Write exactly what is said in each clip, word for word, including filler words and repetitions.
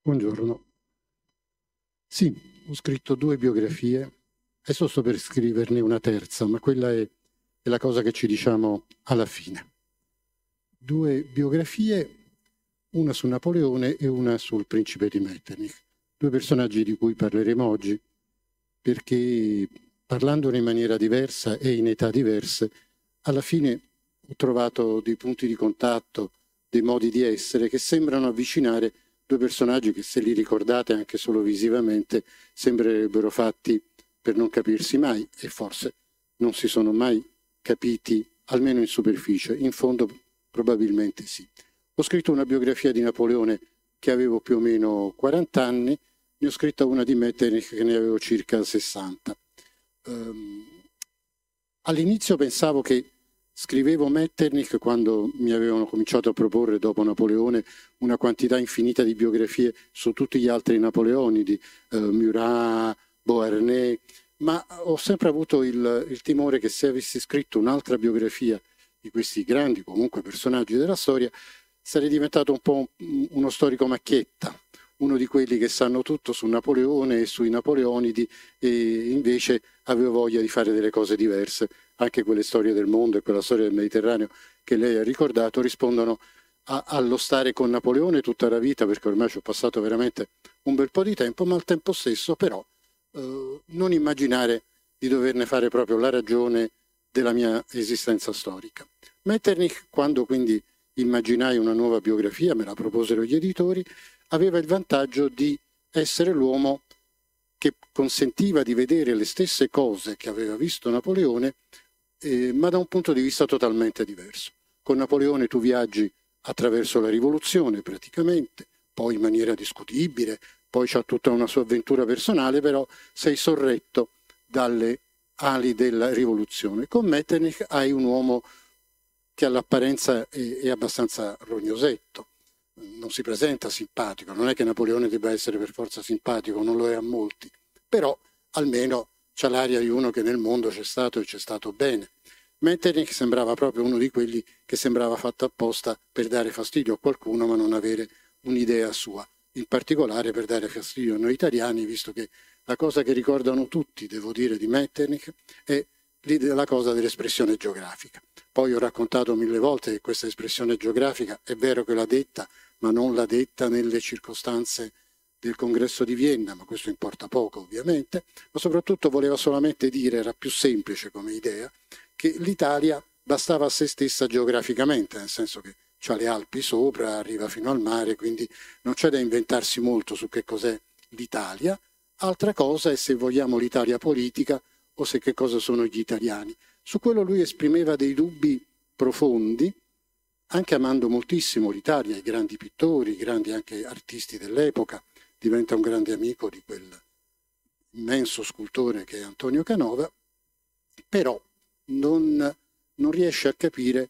Buongiorno. Sì, ho scritto due biografie, adesso sto per scriverne una terza, ma quella è, è la cosa che ci diciamo alla fine. Due biografie, una su Napoleone e una sul principe di Metternich, due personaggi di cui parleremo oggi, perché parlandone in maniera diversa e in età diverse, alla fine ho trovato dei punti di contatto, dei modi di essere che sembrano avvicinare due personaggi che, se li ricordate anche solo visivamente, sembrerebbero fatti per non capirsi mai, e forse non si sono mai capiti, almeno in superficie. In fondo probabilmente sì. Ho scritto una biografia di Napoleone che avevo più o meno quaranta anni, ne ho scritta una di Metternich che ne avevo circa sessanta. Um, all'inizio pensavo che scrivevo Metternich quando mi avevano cominciato a proporre, dopo Napoleone, una quantità infinita di biografie su tutti gli altri Napoleonidi, eh, Murat, Beauharnais, ma ho sempre avuto il, il timore che, se avessi scritto un'altra biografia di questi grandi, comunque, personaggi della storia, sarei diventato un po' uno storico macchietta, uno di quelli che sanno tutto su Napoleone e sui Napoleonidi, e invece avevo voglia di fare delle cose diverse. Anche quelle storie del mondo e quella storia del Mediterraneo che lei ha ricordato rispondono a, allo stare con Napoleone tutta la vita, perché ormai ci ho passato veramente un bel po' di tempo, ma al tempo stesso però eh, non immaginare di doverne fare proprio la ragione della mia esistenza storica. Metternich, quando quindi immaginai una nuova biografia, me la proposero gli editori, aveva il vantaggio di essere l'uomo che consentiva di vedere le stesse cose che aveva visto Napoleone, eh, ma da un punto di vista totalmente diverso. Con Napoleone tu viaggi attraverso la rivoluzione praticamente, poi in maniera discutibile, poi c'ha tutta una sua avventura personale, però sei sorretto dalle ali della rivoluzione. Con Metternich hai un uomo che all'apparenza è, è abbastanza rognosetto, non si presenta simpatico, non è che Napoleone debba essere per forza simpatico, non lo è a molti, però almeno c'ha l'aria di uno che nel mondo c'è stato e c'è stato bene. Metternich sembrava proprio uno di quelli che sembrava fatto apposta per dare fastidio a qualcuno ma non avere un'idea sua, in particolare per dare fastidio a noi italiani, visto che la cosa che ricordano tutti, devo dire, di Metternich è la cosa dell'espressione geografica. Poi ho raccontato mille volte che questa espressione geografica è vero che l'ha detta, ma non l'ha detta nelle circostanze del congresso di Vienna, ma questo importa poco ovviamente, ma soprattutto voleva solamente dire, era più semplice come idea, che l'Italia bastava a se stessa geograficamente, nel senso che c'ha le Alpi sopra, arriva fino al mare, quindi non c'è da inventarsi molto su che cos'è l'Italia. Altra cosa è se vogliamo l'Italia politica o se che cosa sono gli italiani. Su quello lui esprimeva dei dubbi profondi, anche amando moltissimo l'Italia, i grandi pittori, i grandi anche artisti dell'epoca. Diventa un grande amico di quel immenso scultore che è Antonio Canova, però non, non riesce a capire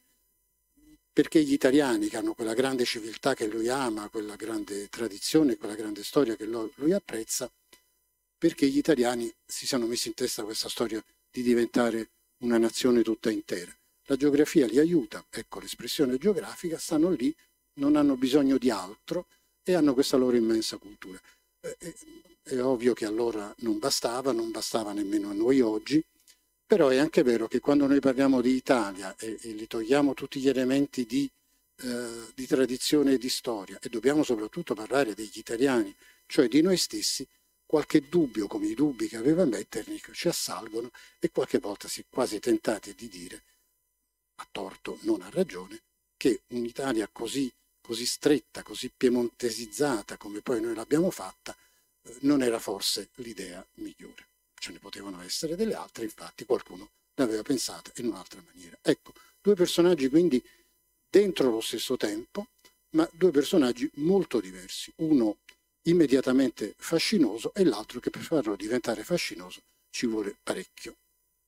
perché gli italiani, che hanno quella grande civiltà che lui ama, quella grande tradizione, quella grande storia che lui apprezza, perché gli italiani si sono messi in testa questa storia di diventare una nazione tutta intera. La geografia li aiuta, ecco l'espressione geografica, stanno lì, non hanno bisogno di altro e hanno questa loro immensa cultura. È, è ovvio che allora non bastava, non bastava nemmeno a noi oggi, però è anche vero che quando noi parliamo di Italia e, e li togliamo tutti gli elementi di, eh, di tradizione e di storia, e dobbiamo soprattutto parlare degli italiani, cioè di noi stessi, qualche dubbio, come i dubbi che aveva Metternich, ci assalgono e qualche volta si è quasi tentati di dire, a torto, non a ragione, che un'Italia così, così stretta, così piemontesizzata come poi noi l'abbiamo fatta, eh, non era forse l'idea migliore. Ce ne potevano essere delle altre, infatti qualcuno l'aveva pensata in un'altra maniera. Ecco, due personaggi quindi dentro lo stesso tempo, ma due personaggi molto diversi. Uno immediatamente fascinoso e l'altro che per farlo diventare fascinoso ci vuole parecchio.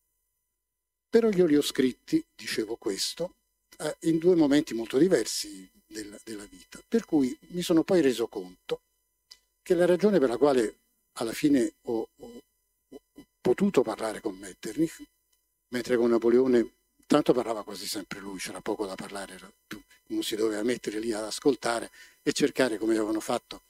Però io li ho scritti, dicevo questo, eh, in due momenti molto diversi del, della vita, per cui mi sono poi reso conto che la ragione per la quale alla fine ho, ho, ho potuto parlare con Metternich, mentre con Napoleone tanto parlava quasi sempre lui, c'era poco da parlare, era più, uno si doveva mettere lì ad ascoltare e cercare, come avevano fatto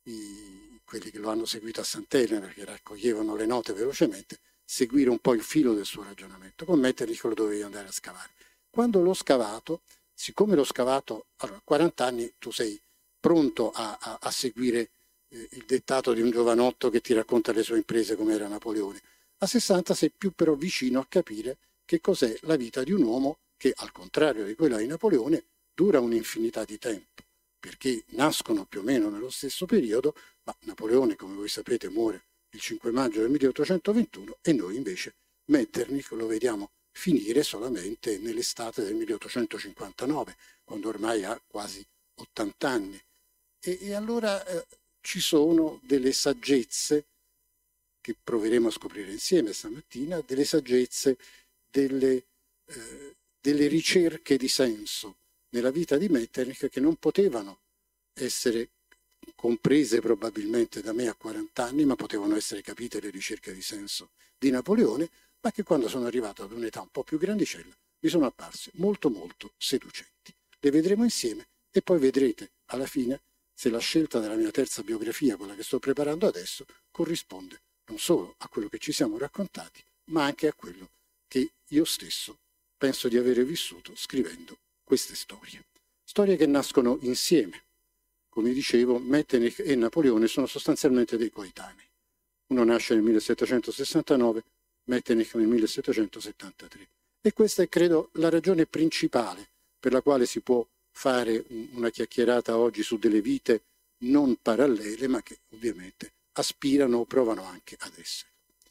i, quelli che lo hanno seguito a Sant'Elena, che raccoglievano le note velocemente, seguire un po' il filo del suo ragionamento. Con Metternich lo dovevi andare a scavare. Quando l'ho scavato, siccome l'ho scavato, allora, a quaranta anni tu sei pronto a, a, a seguire eh, il dettato di un giovanotto che ti racconta le sue imprese come era Napoleone. A sessanta sei più però vicino a capire che cos'è la vita di un uomo che, al contrario di quella di Napoleone, dura un'infinità di tempo, perché nascono più o meno nello stesso periodo, ma Napoleone, come voi sapete, muore il cinque maggio del milleottocentoventuno e noi invece Metternich lo vediamo finire solamente nell'estate del milleottocentocinquantanove, quando ormai ha quasi ottanta anni. E, e allora eh, ci sono delle saggezze che proveremo a scoprire insieme stamattina, delle saggezze, delle, eh, delle ricerche di senso nella vita di Metternich che non potevano essere comprese probabilmente da me a quaranta anni, ma potevano essere capite le ricerche di senso di Napoleone, ma che quando sono arrivato ad un'età un po' più grandicella mi sono apparse molto molto seducenti. Le vedremo insieme e poi vedrete alla fine se la scelta della mia terza biografia, quella che sto preparando adesso, corrisponde non solo a quello che ci siamo raccontati, ma anche a quello che io stesso penso di avere vissuto scrivendo queste storie. Storie che nascono insieme. Come dicevo, Metternich e Napoleone sono sostanzialmente dei coetanei. Uno nasce nel millesettecentosessantanove, Metternich nel millesettecentosettantatré. E questa è, credo, la ragione principale per la quale si può fare una chiacchierata oggi su delle vite non parallele, ma che ovviamente aspirano o provano anche ad essere.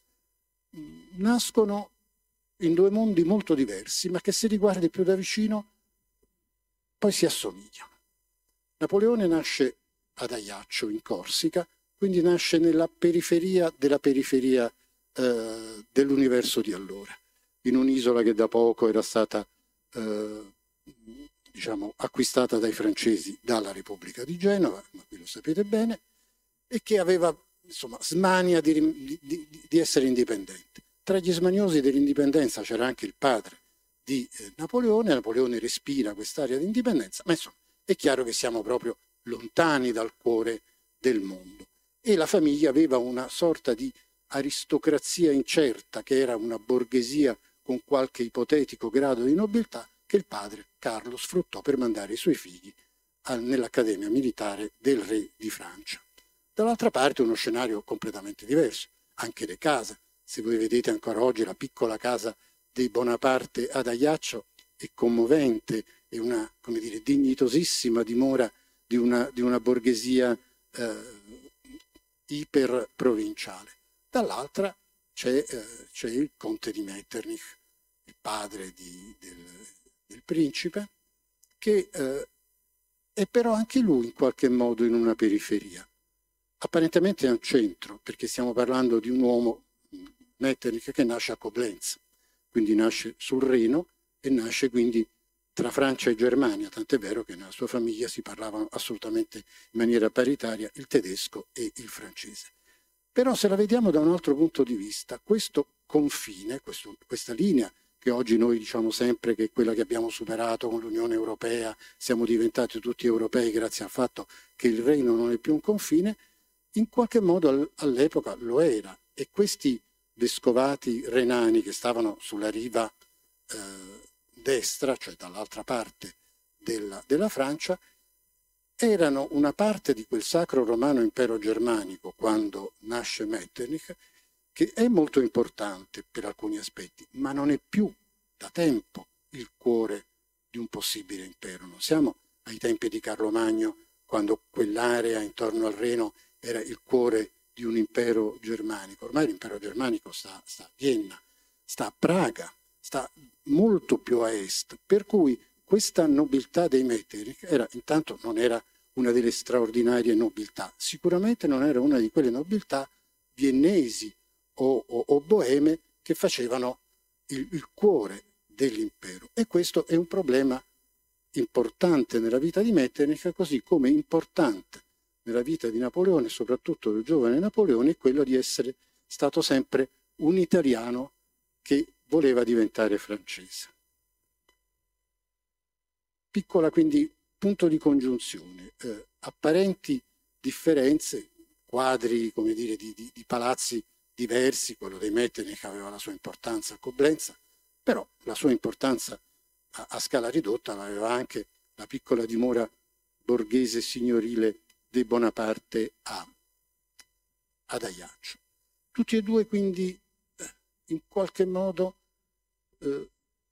Nascono in due mondi molto diversi, ma che se li guardi più da vicino poi si assomigliano. Napoleone nasce ad Ajaccio, in Corsica, quindi nasce nella periferia della periferia eh, dell'universo di allora, in un'isola che da poco era stata eh, diciamo, acquistata dai francesi dalla Repubblica di Genova, ma qui lo sapete bene, e che aveva insomma, smania di, di, di essere indipendente. Tra gli smaniosi dell'indipendenza c'era anche il padre di eh, Napoleone. Napoleone respira quest'area di indipendenza, ma insomma è chiaro che siamo proprio lontani dal cuore del mondo. E la famiglia aveva una sorta di aristocrazia incerta, che era una borghesia con qualche ipotetico grado di nobiltà, che il padre Carlo sfruttò per mandare i suoi figli nell'Accademia Militare del Re di Francia. Dall'altra parte uno scenario completamente diverso, anche le case. Se voi vedete ancora oggi la piccola casa dei Bonaparte ad Ajaccio è commovente, è una, come dire, dignitosissima dimora di una, di una borghesia eh, iperprovinciale. Dall'altra c'è, eh, c'è il conte di Metternich, il padre di, del, del principe, che eh, è però anche lui in qualche modo in una periferia. Apparentemente è un centro, perché stiamo parlando di un uomo, Metternich, che nasce a Coblenz, quindi nasce sul Reno e nasce quindi tra Francia e Germania, tant'è vero che nella sua famiglia si parlavano assolutamente in maniera paritaria il tedesco e il francese. Però se la vediamo da un altro punto di vista, questo confine, questo, questa linea che oggi noi diciamo sempre che è quella che abbiamo superato con l'Unione Europea, siamo diventati tutti europei grazie al fatto che il Reno non è più un confine, in qualche modo all'epoca lo era, e questi vescovati renani che stavano sulla riva eh, destra, cioè dall'altra parte della, della Francia, erano una parte di quel sacro romano impero germanico quando nasce Metternich, che è molto importante per alcuni aspetti, ma non è più da tempo il cuore di un possibile impero. Non siamo ai tempi di Carlo Magno, quando quell'area intorno al Reno era il cuore di un impero germanico. Ormai l'impero germanico sta, sta a Vienna, sta a Praga, sta molto più a est, per cui questa nobiltà dei Metternich era, intanto non era una delle straordinarie nobiltà, sicuramente non era una di quelle nobiltà viennesi o, o, o boeme che facevano il, il cuore dell'impero. E questo è un problema importante nella vita di Metternich, così come importante nella vita di Napoleone, soprattutto del giovane Napoleone, è quello di essere stato sempre un italiano che voleva diventare francese. Piccola quindi punto di congiunzione, eh, apparenti differenze, quadri, come dire, di, di, di palazzi diversi, quello dei Metternich aveva la sua importanza a Coblenza, però la sua importanza a, a scala ridotta l'aveva anche la piccola dimora borghese signorile dei Bonaparte a, ad Ajaccio. Tutti e due quindi eh, in qualche modo eh,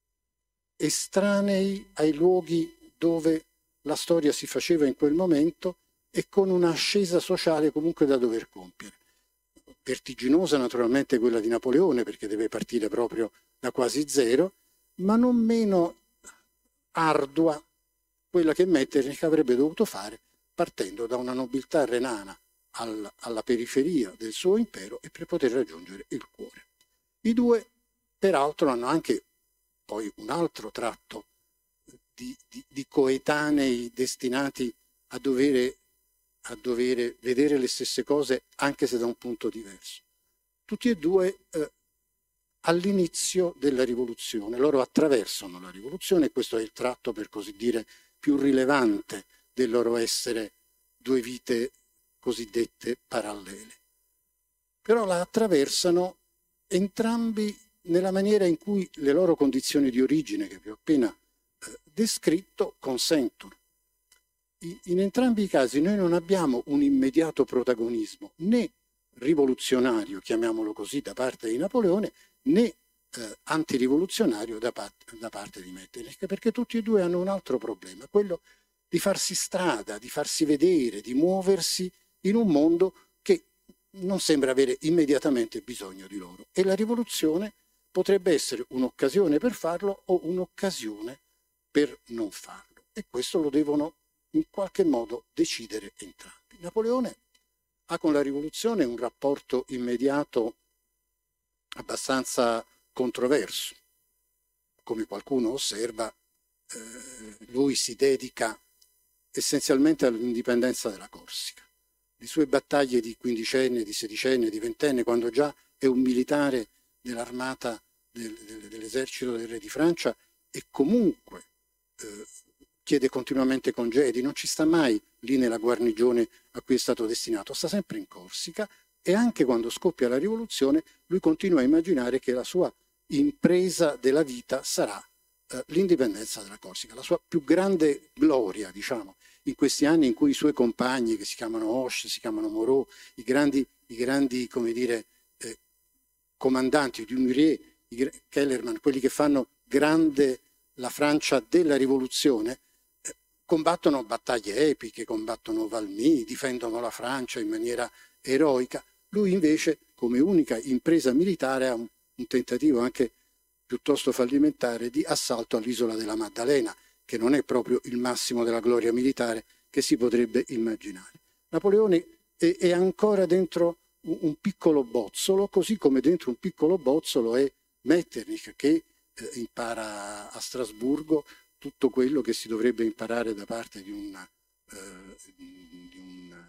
estranei ai luoghi dove la storia si faceva in quel momento e con un'ascesa sociale comunque da dover compiere. Vertiginosa naturalmente quella di Napoleone, perché deve partire proprio da quasi zero, ma non meno ardua quella che Metternich avrebbe dovuto fare partendo da una nobiltà renana al, alla periferia del suo impero e per poter raggiungere il cuore. I due peraltro hanno anche poi un altro tratto di, di, di coetanei destinati a dover, a dover vedere le stesse cose anche se da un punto diverso. Tutti e due eh, all'inizio della rivoluzione, loro attraversano la rivoluzione e questo è il tratto per così dire più rilevante del loro essere due vite cosiddette parallele. Però la attraversano entrambi nella maniera in cui le loro condizioni di origine, che vi ho appena eh, descritto, consentono. In, in entrambi i casi noi non abbiamo un immediato protagonismo, né rivoluzionario, chiamiamolo così, da parte di Napoleone, né eh, antirivoluzionario da, part- da parte di Metternich, perché tutti e due hanno un altro problema, quello di farsi strada, di farsi vedere, di muoversi in un mondo che non sembra avere immediatamente bisogno di loro. E la rivoluzione potrebbe essere un'occasione per farlo o un'occasione per non farlo. E questo lo devono in qualche modo decidere entrambi. Napoleone ha con la rivoluzione un rapporto immediato abbastanza controverso. Come qualcuno osserva, eh, lui si dedica essenzialmente all'indipendenza della Corsica. Le sue battaglie di quindicenne, di sedicenne, di ventenne, quando già è un militare dell'armata del, del, dell'esercito del re di Francia e comunque eh, chiede continuamente congedi, non ci sta mai lì nella guarnigione a cui è stato destinato, sta sempre in Corsica e anche quando scoppia la rivoluzione lui continua a immaginare che la sua impresa della vita sarà eh, l'indipendenza della Corsica, la sua più grande gloria, diciamo, in questi anni in cui i suoi compagni, che si chiamano Hoche, si chiamano Moreau, i grandi, i grandi come dire, eh, comandanti di Dumouriez, Kellerman, quelli che fanno grande la Francia della rivoluzione, eh, combattono battaglie epiche, combattono Valmy, difendono la Francia in maniera eroica. Lui invece, come unica impresa militare, ha un, un tentativo anche piuttosto fallimentare di assalto all'isola della Maddalena, che non è proprio il massimo della gloria militare che si potrebbe immaginare. Napoleone è, è ancora dentro un, un piccolo bozzolo, così come dentro un piccolo bozzolo è Metternich, che eh, impara a Strasburgo tutto quello che si dovrebbe imparare da parte di, una, eh, di, un,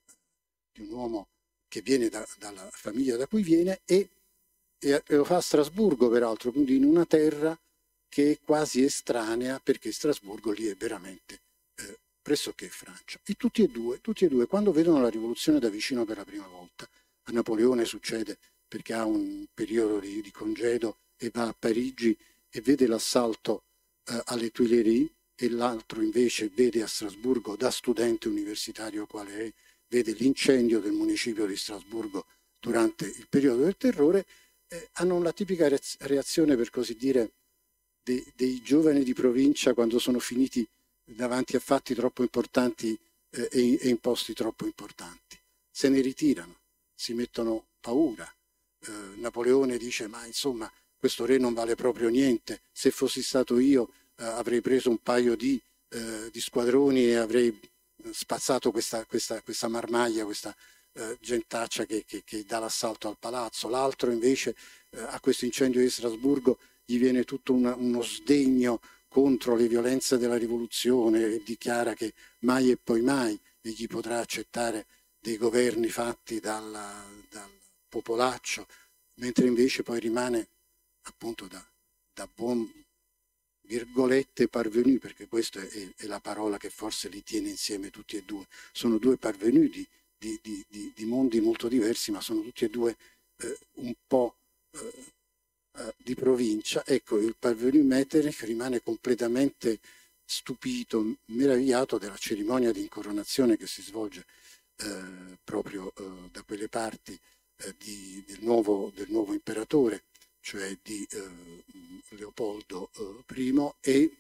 di un uomo che viene da, dalla famiglia da cui viene e, e lo fa a Strasburgo peraltro, quindi in una terra che è quasi estranea, perché Strasburgo lì è veramente eh, pressoché Francia. E tutti e due, tutti e due, quando vedono la rivoluzione da vicino per la prima volta, a Napoleone succede perché ha un periodo di, di congedo e va a Parigi e vede l'assalto eh, alle Tuileries, e l'altro invece vede a Strasburgo, da studente universitario quale è, vede l'incendio del municipio di Strasburgo durante il periodo del terrore, eh, hanno la tipica reazione, per così dire, dei, dei giovani di provincia quando sono finiti davanti a fatti troppo importanti eh, e, e in posti troppo importanti. Se ne ritirano, si mettono paura. Eh, Napoleone dice, ma insomma, questo re non vale proprio niente, se fossi stato io eh, avrei preso un paio di, eh, di squadroni e avrei spazzato questa, questa, questa marmaglia, questa eh, gentaccia che, che, che dà l'assalto al palazzo. L'altro invece eh, a questo incendio di Strasburgo gli viene tutto una, uno sdegno contro le violenze della rivoluzione e dichiara che mai e poi mai egli potrà accettare dei governi fatti dalla, dal popolaccio, mentre invece poi rimane appunto da, da buon virgolette parvenu, perché questa è, è la parola che forse li tiene insieme tutti e due. Sono due parvenu di, di, di, di, di mondi molto diversi, ma sono tutti e due eh, un po' eh, eh, di provincia. Ecco, il parvenu Metternich rimane completamente stupito, meravigliato della cerimonia di incoronazione che si svolge eh, proprio eh, da quelle parti eh, di, del, nuovo, del nuovo imperatore, cioè di eh, Leopoldo eh, I, e,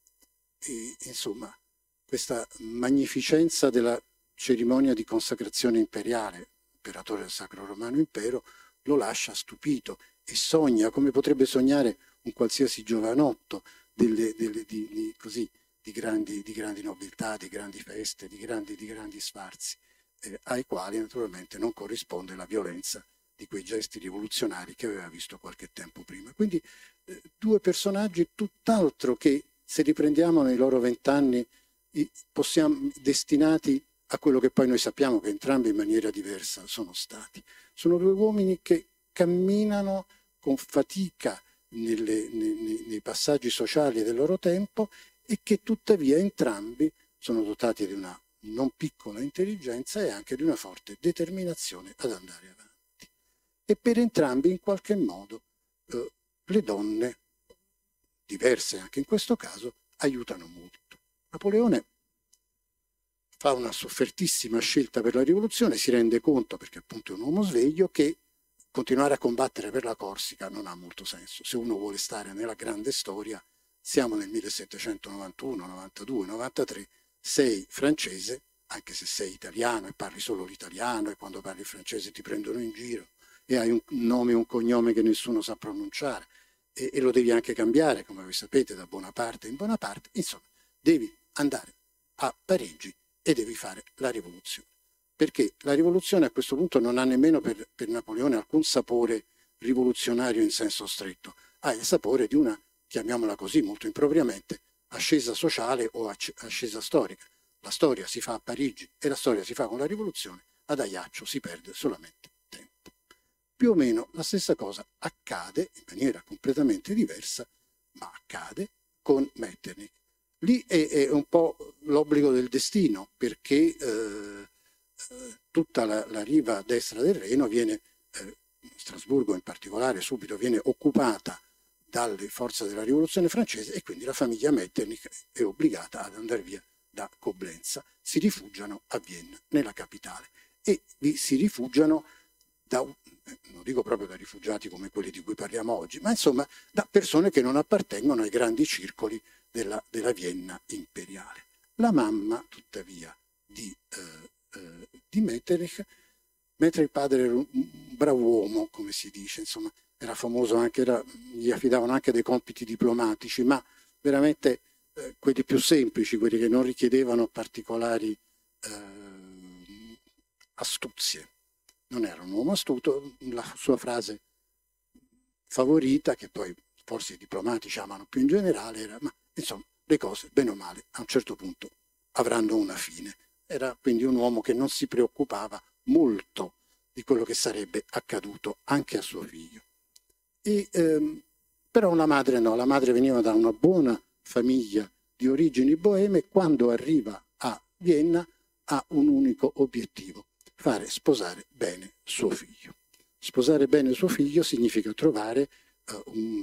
e insomma questa magnificenza della cerimonia di consacrazione imperiale, imperatore del Sacro Romano Impero, lo lascia stupito e sogna, come potrebbe sognare un qualsiasi giovanotto, delle, delle, di, di, così, di, grandi, di grandi nobiltà, di grandi feste, di grandi, di grandi sfarzi, eh, ai quali naturalmente non corrisponde la violenza di quei gesti rivoluzionari che aveva visto qualche tempo prima. Quindi eh, due personaggi tutt'altro che, se riprendiamo nei loro vent'anni, possiamo destinati a quello che poi noi sappiamo che entrambi in maniera diversa sono stati. Sono due uomini che camminano con fatica nelle, nei, nei passaggi sociali del loro tempo e che tuttavia entrambi sono dotati di una non piccola intelligenza e anche di una forte determinazione ad andare avanti. E per entrambi in qualche modo eh, le donne, diverse anche in questo caso, aiutano molto. Napoleone fa una soffertissima scelta per la rivoluzione, si rende conto, perché appunto è un uomo sveglio, che continuare a combattere per la Corsica non ha molto senso. Se uno vuole stare nella grande storia, siamo nel millesettecentonovantuno, novantadue, novantatré, sei francese, anche se sei italiano e parli solo l'italiano e quando parli francese ti prendono in giro e hai un nome e un cognome che nessuno sa pronunciare e, e lo devi anche cambiare, come voi sapete, da Bonaparte in Bonaparte, insomma, devi andare a Parigi e devi fare la rivoluzione. Perché la rivoluzione a questo punto non ha nemmeno per, per Napoleone alcun sapore rivoluzionario in senso stretto, ha il sapore di una, chiamiamola così molto impropriamente, ascesa sociale o ascesa storica. La storia si fa a Parigi e la storia si fa con la rivoluzione, ad Ajaccio si perde solamente tempo. Più o meno la stessa cosa accade in maniera completamente diversa, ma accade con Metternich. Lì è, è un po' l'obbligo del destino, perché eh, tutta la, la riva destra del Reno viene, eh, Strasburgo in particolare, subito viene occupata dalle forze della rivoluzione francese e quindi la famiglia Metternich è obbligata ad andare via da Coblenza. Si rifugiano a Vienna, nella capitale, e vi si rifugiano da, non dico proprio da rifugiati come quelli di cui parliamo oggi, ma insomma da persone che non appartengono ai grandi circoli della, della Vienna imperiale. La mamma, tuttavia, di, eh, eh, di Metternich, mentre il padre era un, un bravo uomo, come si dice, insomma, era famoso anche, era, gli affidavano anche dei compiti diplomatici, ma veramente eh, quelli più semplici, quelli che non richiedevano particolari eh, astuzie. Non era un uomo astuto, la sua frase favorita, che poi forse i diplomatici amano più in generale, era ma insomma le cose, bene o male, a un certo punto avranno una fine. Era quindi un uomo che non si preoccupava molto di quello che sarebbe accaduto anche a suo figlio. E, ehm, però la madre no, la madre veniva da una buona famiglia di origini boeme e quando arriva a Vienna ha un unico obiettivo: fare sposare bene suo figlio. Sposare bene suo figlio significa trovare uh,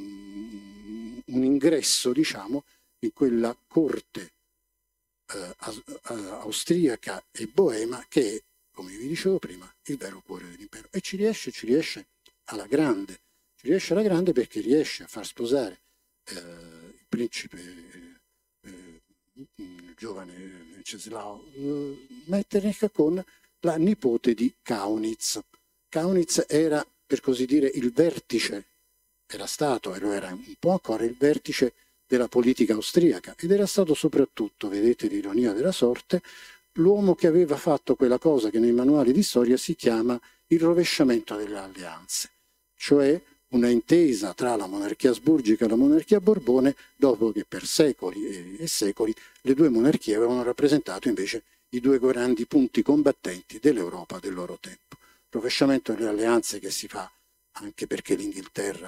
un, un ingresso, diciamo, in quella corte uh, austriaca e boema che è, come vi dicevo prima, il vero cuore dell'impero. E ci riesce, ci riesce alla grande. Ci riesce alla grande perché riesce a far sposare uh, il principe, uh, il giovane Wenceslao uh, Metternich con la nipote di Kaunitz. Kaunitz era, per così dire, il vertice, era stato e lo era un po' ancora, il vertice della politica austriaca ed era stato soprattutto, vedete l'ironia della sorte, l'uomo che aveva fatto quella cosa che nei manuali di storia si chiama il rovesciamento delle alleanze, cioè una intesa tra la monarchia asburgica e la monarchia borbone dopo che per secoli e, e secoli le due monarchie avevano rappresentato invece i due grandi punti combattenti dell'Europa del loro tempo. Rovesciamento delle alleanze che si fa anche perché l'Inghilterra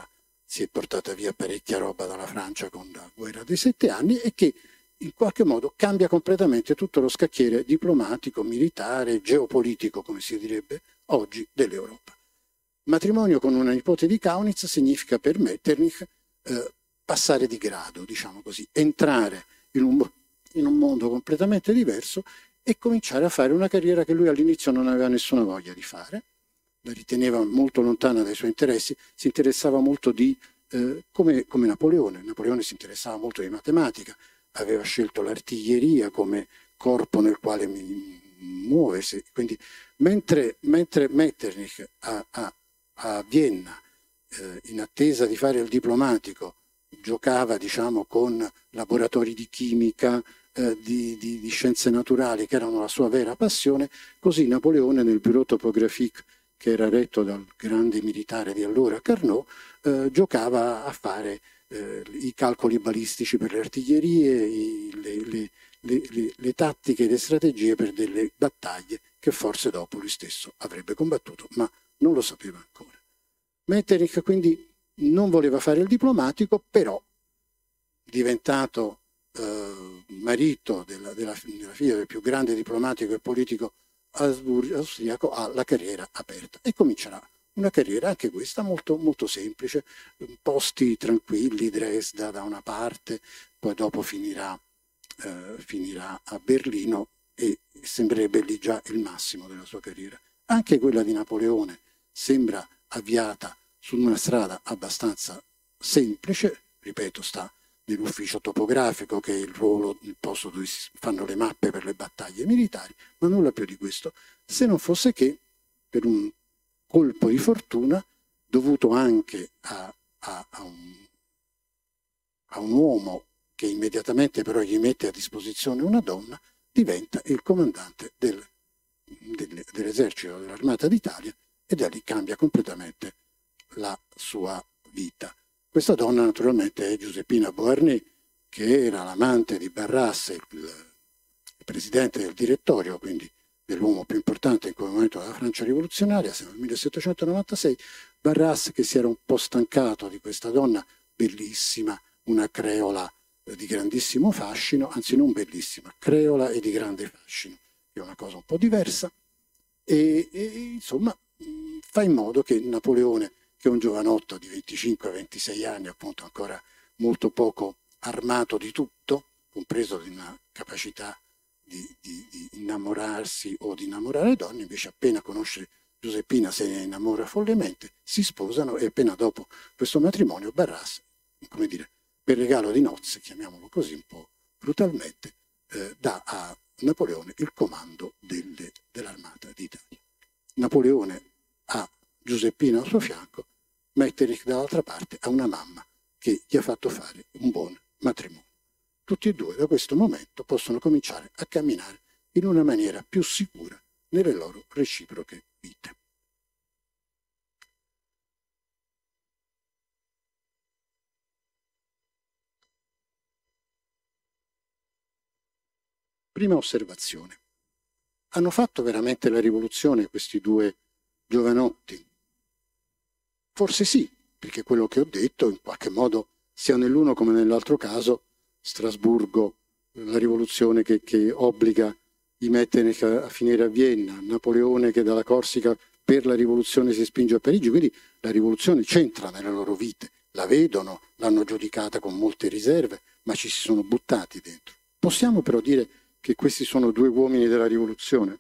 si è portata via parecchia roba dalla Francia con la guerra dei sette anni e che in qualche modo cambia completamente tutto lo scacchiere diplomatico, militare, geopolitico, come si direbbe oggi, dell'Europa. Matrimonio con una nipote di Kaunitz significa per Metternich eh, passare di grado, diciamo così, entrare in un, in un mondo completamente diverso e cominciare a fare una carriera che lui all'inizio non aveva nessuna voglia di fare, la riteneva molto lontana dai suoi interessi, si interessava molto di, eh, come, come Napoleone, Napoleone si interessava molto di matematica, aveva scelto l'artiglieria come corpo nel quale mi, muoversi, quindi mentre, mentre Metternich a, a, a Vienna, eh, in attesa di fare il diplomatico, giocava diciamo con laboratori di chimica, eh, di, di, di scienze naturali che erano la sua vera passione, così Napoleone nel Bureau Topographique, che era retto dal grande militare di allora Carnot, eh, giocava a fare eh, i calcoli balistici per le artiglierie, i, le, le, le, le, le tattiche e le strategie per delle battaglie che forse dopo lui stesso avrebbe combattuto, ma non lo sapeva ancora. Metternich quindi non voleva fare il diplomatico, però diventato eh, marito della, della, della figlia del più grande diplomatico e politico austriaco, ha la carriera aperta e comincerà una carriera anche questa molto, molto semplice, posti tranquilli, Dresda da una parte, poi dopo finirà, eh, finirà a Berlino e sembrerebbe lì già il massimo della sua carriera. Anche quella di Napoleone sembra avviata su una strada abbastanza semplice, ripeto, sta nell'ufficio topografico che è il ruolo, il posto dove si fanno le mappe per le battaglie militari, ma nulla più di questo, se non fosse che per un colpo di fortuna dovuto anche a, a, a, un, a un uomo che immediatamente però gli mette a disposizione una donna, diventa il comandante del, del, dell'esercito dell'Armata d'Italia e da lì cambia completamente la sua vita. Questa donna naturalmente è Giuseppina Beauharnais, che era l'amante di Barras, il, il presidente del direttorio, quindi dell'uomo più importante in quel momento della Francia rivoluzionaria, siamo nel millesettecentonovantasei, Barras che si era un po' stancato di questa donna bellissima, una creola di grandissimo fascino, anzi non bellissima, creola e di grande fascino, che è una cosa un po' diversa, e, e insomma fa in modo che Napoleone, che è un giovanotto di venticinque ventisei anni, appunto ancora molto poco armato di tutto, compreso di una capacità di, di, di innamorarsi o di innamorare donne, invece appena conosce Giuseppina se ne innamora follemente, si sposano e appena dopo questo matrimonio Barras, come dire, per regalo di nozze, chiamiamolo così un po' brutalmente, eh, dà a Napoleone il comando delle, dell'Armata d'Italia. Napoleone ha Giuseppina al suo fianco, Metternich dall'altra parte ha una mamma che gli ha fatto fare un buon matrimonio. Tutti e due da questo momento possono cominciare a camminare in una maniera più sicura nelle loro reciproche vite. Prima osservazione. Hanno fatto veramente la rivoluzione questi due giovanotti? Forse sì, perché quello che ho detto in qualche modo, sia nell'uno come nell'altro caso, Strasburgo, la rivoluzione che, che obbliga i Metternich a, a finire a Vienna, Napoleone che dalla Corsica per la rivoluzione si spinge a Parigi, quindi la rivoluzione c'entra nelle loro vite, la vedono, l'hanno giudicata con molte riserve, ma ci si sono buttati dentro. Possiamo però dire che questi sono due uomini della rivoluzione?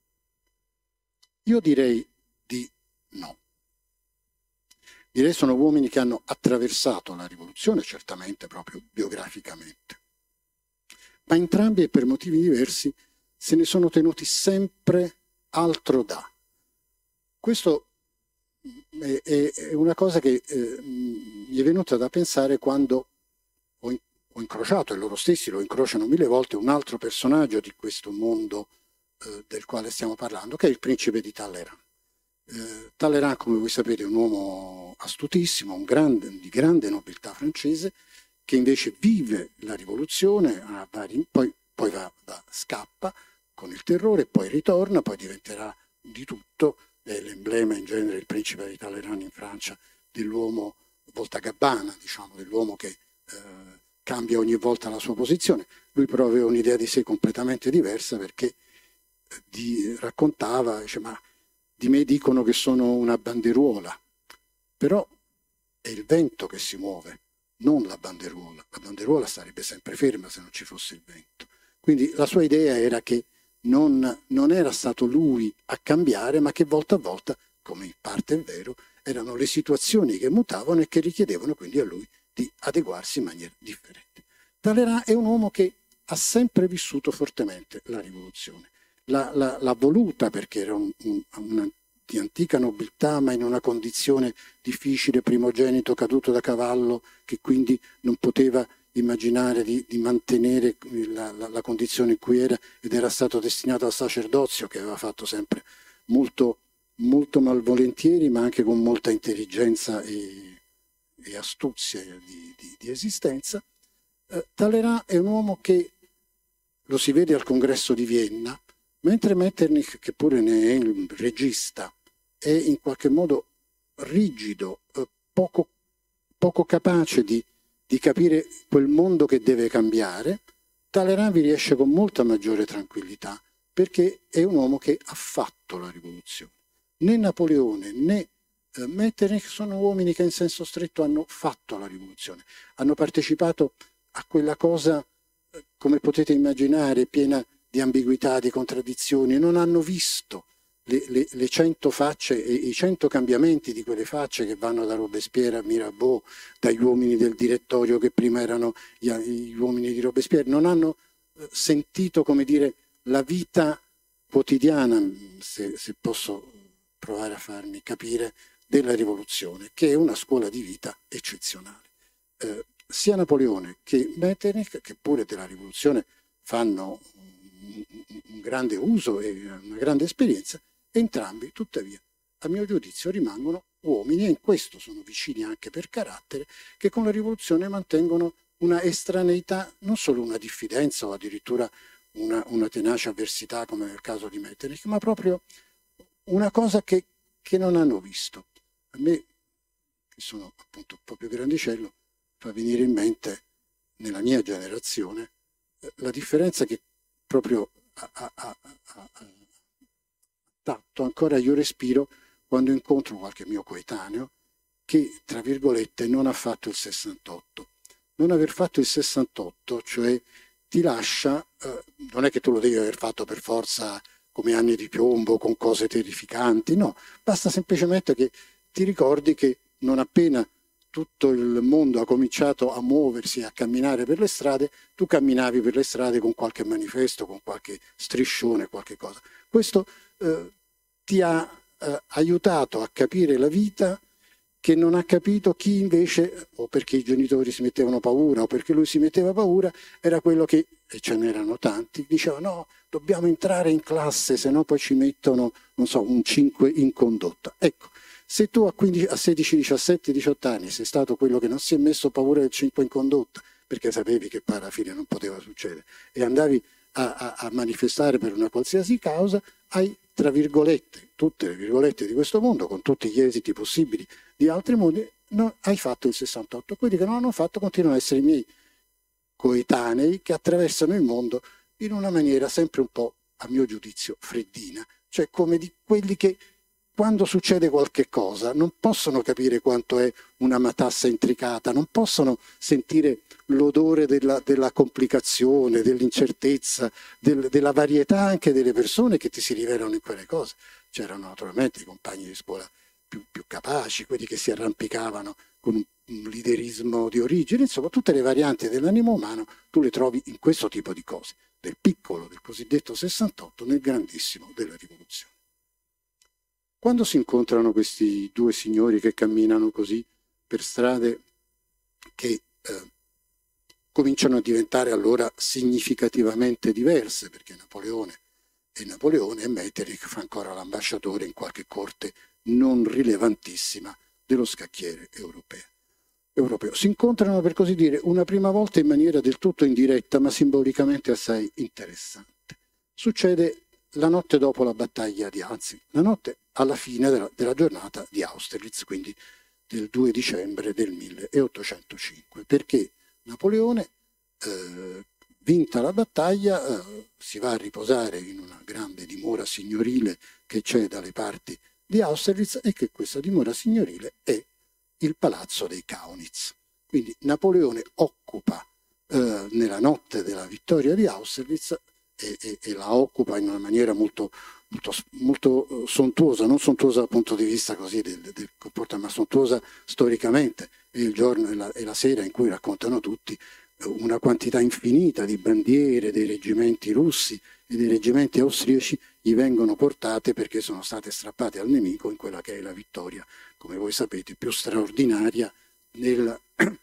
Io direi di no. Direi sono uomini che hanno attraversato la rivoluzione, certamente proprio biograficamente. Ma entrambi e per motivi diversi se ne sono tenuti sempre altro da. Questo è, è, è una cosa che eh, mi è venuta da pensare quando ho, in, ho incrociato, e loro stessi lo incrociano mille volte, un altro personaggio di questo mondo eh, del quale stiamo parlando, che è il principe di Talleyrand. Eh, Talleyrand, come voi sapete, è un uomo astutissimo, un grande, di grande nobiltà francese, che invece vive la rivoluzione, a vari, poi, poi va, va, scappa con il terrore, poi ritorna, poi diventerà di tutto, è l'emblema in genere, il principe di Talleyrand in Francia, dell'uomo voltagabbana, diciamo, dell'uomo che eh, cambia ogni volta la sua posizione. Lui però aveva un'idea di sé completamente diversa, perché eh, di, raccontava, dice, ma di me dicono che sono una banderuola, però è il vento che si muove, non la banderuola. La banderuola sarebbe sempre ferma se non ci fosse il vento. Quindi la sua idea era che non, non era stato lui a cambiare, ma che volta a volta, come in parte è vero, erano le situazioni che mutavano e che richiedevano quindi a lui di adeguarsi in maniera differente. Talleyrand è un uomo che ha sempre vissuto fortemente la rivoluzione. L'ha voluta perché era un, un, una di antica nobiltà, ma in una condizione difficile, primogenito caduto da cavallo, che quindi non poteva immaginare di, di mantenere la, la, la condizione in cui era, ed era stato destinato al sacerdozio, che aveva fatto sempre molto, molto malvolentieri, ma anche con molta intelligenza e, e astuzia di, di, di esistenza. Eh, Talleyrand è un uomo che lo si vede al congresso di Vienna, mentre Metternich, che pure ne è il regista, è in qualche modo rigido, eh, poco, poco capace di, di capire quel mondo che deve cambiare, Talleyrand vi riesce con molta maggiore tranquillità, perché è un uomo che ha fatto la rivoluzione. Né Napoleone né eh, Metternich sono uomini che in senso stretto hanno fatto la rivoluzione, hanno partecipato a quella cosa, eh, come potete immaginare, piena di ambiguità, di contraddizioni, non hanno visto le, le, le cento facce e i cento cambiamenti di quelle facce che vanno da Robespierre a Mirabeau, dagli uomini del direttorio che prima erano gli, gli uomini di Robespierre, non hanno eh, sentito, come dire, la vita quotidiana, se, se posso provare a farmi capire, della rivoluzione, che è una scuola di vita eccezionale. Eh, sia Napoleone che Metternich, che pure della rivoluzione fanno un grande uso e una grande esperienza, entrambi tuttavia a mio giudizio rimangono uomini, e in questo sono vicini anche per carattere, che con la rivoluzione mantengono una estraneità, non solo una diffidenza o addirittura una, una tenace avversità come nel caso di Metternich, ma proprio una cosa che, che non hanno visto. A me, che sono appunto proprio grandicello, fa venire in mente nella mia generazione la differenza che proprio a, a, a, a, a tatto ancora io respiro quando incontro qualche mio coetaneo che, tra virgolette, non ha fatto il sessantotto. Non aver fatto il sessantotto, cioè ti lascia, eh, non è che tu lo devi aver fatto per forza come anni di piombo, con cose terrificanti, no, basta semplicemente che ti ricordi che non appena tutto il mondo ha cominciato a muoversi, a camminare per le strade, tu camminavi per le strade con qualche manifesto, con qualche striscione, qualche cosa. Questo eh, ti ha eh, aiutato a capire la vita che non ha capito chi invece, o perché i genitori si mettevano paura, o perché lui si metteva paura, era quello che, e ce n'erano tanti, diceva no, dobbiamo entrare in classe, se no poi ci mettono, non so, un cinque in condotta. Ecco, se tu a, quindici, a sedici, diciassette, diciotto anni sei stato quello che non si è messo paura del cinque in condotta, perché sapevi che poi alla fine non poteva succedere, e andavi a, a, a manifestare per una qualsiasi causa, hai, tra virgolette, tutte le virgolette di questo mondo, con tutti gli esiti possibili di altri mondi, non hai fatto il sessantotto. Quelli che non hanno fatto continuano a essere i miei coetanei che attraversano il mondo in una maniera sempre un po', a mio giudizio, freddina, cioè come di quelli che quando succede qualche cosa non possono capire quanto è una matassa intricata, non possono sentire l'odore della, della complicazione, dell'incertezza, del, della varietà anche delle persone che ti si rivelano in quelle cose. C'erano naturalmente i compagni di scuola più, più capaci, quelli che si arrampicavano con un, un liderismo di origine, insomma tutte le varianti dell'animo umano tu le trovi in questo tipo di cose, del piccolo, del cosiddetto sessantotto, nel grandissimo della rivoluzione. Quando si incontrano questi due signori che camminano così per strade che eh, cominciano a diventare allora significativamente diverse, perché Napoleone è Napoleone e Metternich fa ancora l'ambasciatore in qualche corte non rilevantissima dello scacchiere europeo. europeo. Si incontrano, per così dire, una prima volta in maniera del tutto indiretta, ma simbolicamente assai interessante. Succede la notte dopo la battaglia di, anzi, la notte alla fine della, della giornata di Austerlitz, quindi del due dicembre del milleottocentocinque, perché Napoleone, eh, vinta la battaglia, eh, si va a riposare in una grande dimora signorile che c'è dalle parti di Austerlitz, e che questa dimora signorile è il palazzo dei Kaunitz. Quindi Napoleone occupa eh, nella notte della vittoria di Austerlitz e, e, e la occupa in una maniera molto, molto, molto sontuosa, non sontuosa dal punto di vista così del, del comportamento, ma sontuosa storicamente. È il giorno e la, e la sera in cui raccontano tutti una quantità infinita di bandiere dei reggimenti russi e dei reggimenti austriaci gli vengono portate perché sono state strappate al nemico in quella che è la vittoria, come voi sapete, più straordinaria nel,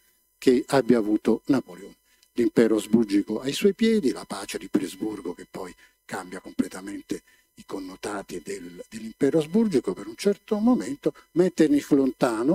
che abbia avuto Napoleone. L'impero asburgico ai suoi piedi, la pace di Presburgo che poi cambia completamente i connotati del, dell'impero asburgico per un certo momento, Metternich lontano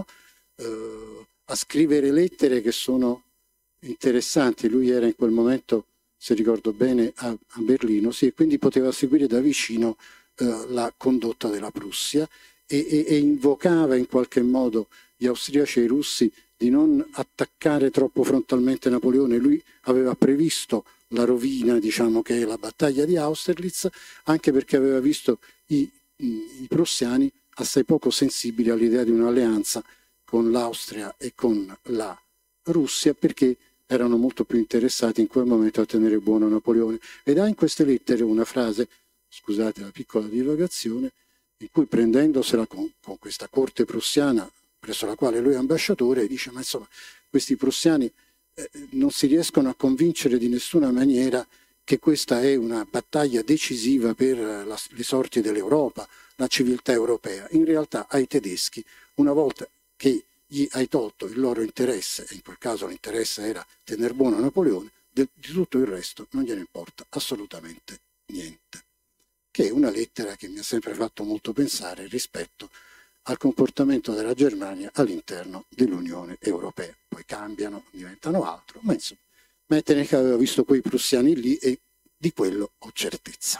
eh, a scrivere lettere che sono interessanti. Lui era in quel momento, se ricordo bene, a, a Berlino, sì, e quindi poteva seguire da vicino eh, la condotta della Prussia e, e, e invocava in qualche modo gli austriaci e i russi di non attaccare troppo frontalmente Napoleone. Lui aveva previsto la rovina, diciamo, che è la battaglia di Austerlitz, anche perché aveva visto i, i, i prussiani assai poco sensibili all'idea di un'alleanza con l'Austria e con la Russia, perché erano molto più interessati in quel momento a tenere buono Napoleone. Ed ha in queste lettere una frase, scusate la piccola divagazione, in cui prendendosela con, con questa corte prussiana presso la quale lui è ambasciatore, dice: ma insomma, questi prussiani eh, non si riescono a convincere di nessuna maniera che questa è una battaglia decisiva per la, le sorti dell'Europa, la civiltà europea. In realtà ai tedeschi, una volta che gli hai tolto il loro interesse, e in quel caso l'interesse era tener buono Napoleone, de, di tutto il resto non gliene importa assolutamente niente. Che è una lettera che mi ha sempre fatto molto pensare rispetto al comportamento della Germania all'interno dell'Unione Europea. Poi cambiano, diventano altro, ma insomma, Metternich aveva visto quei prussiani lì e di quello ho certezza.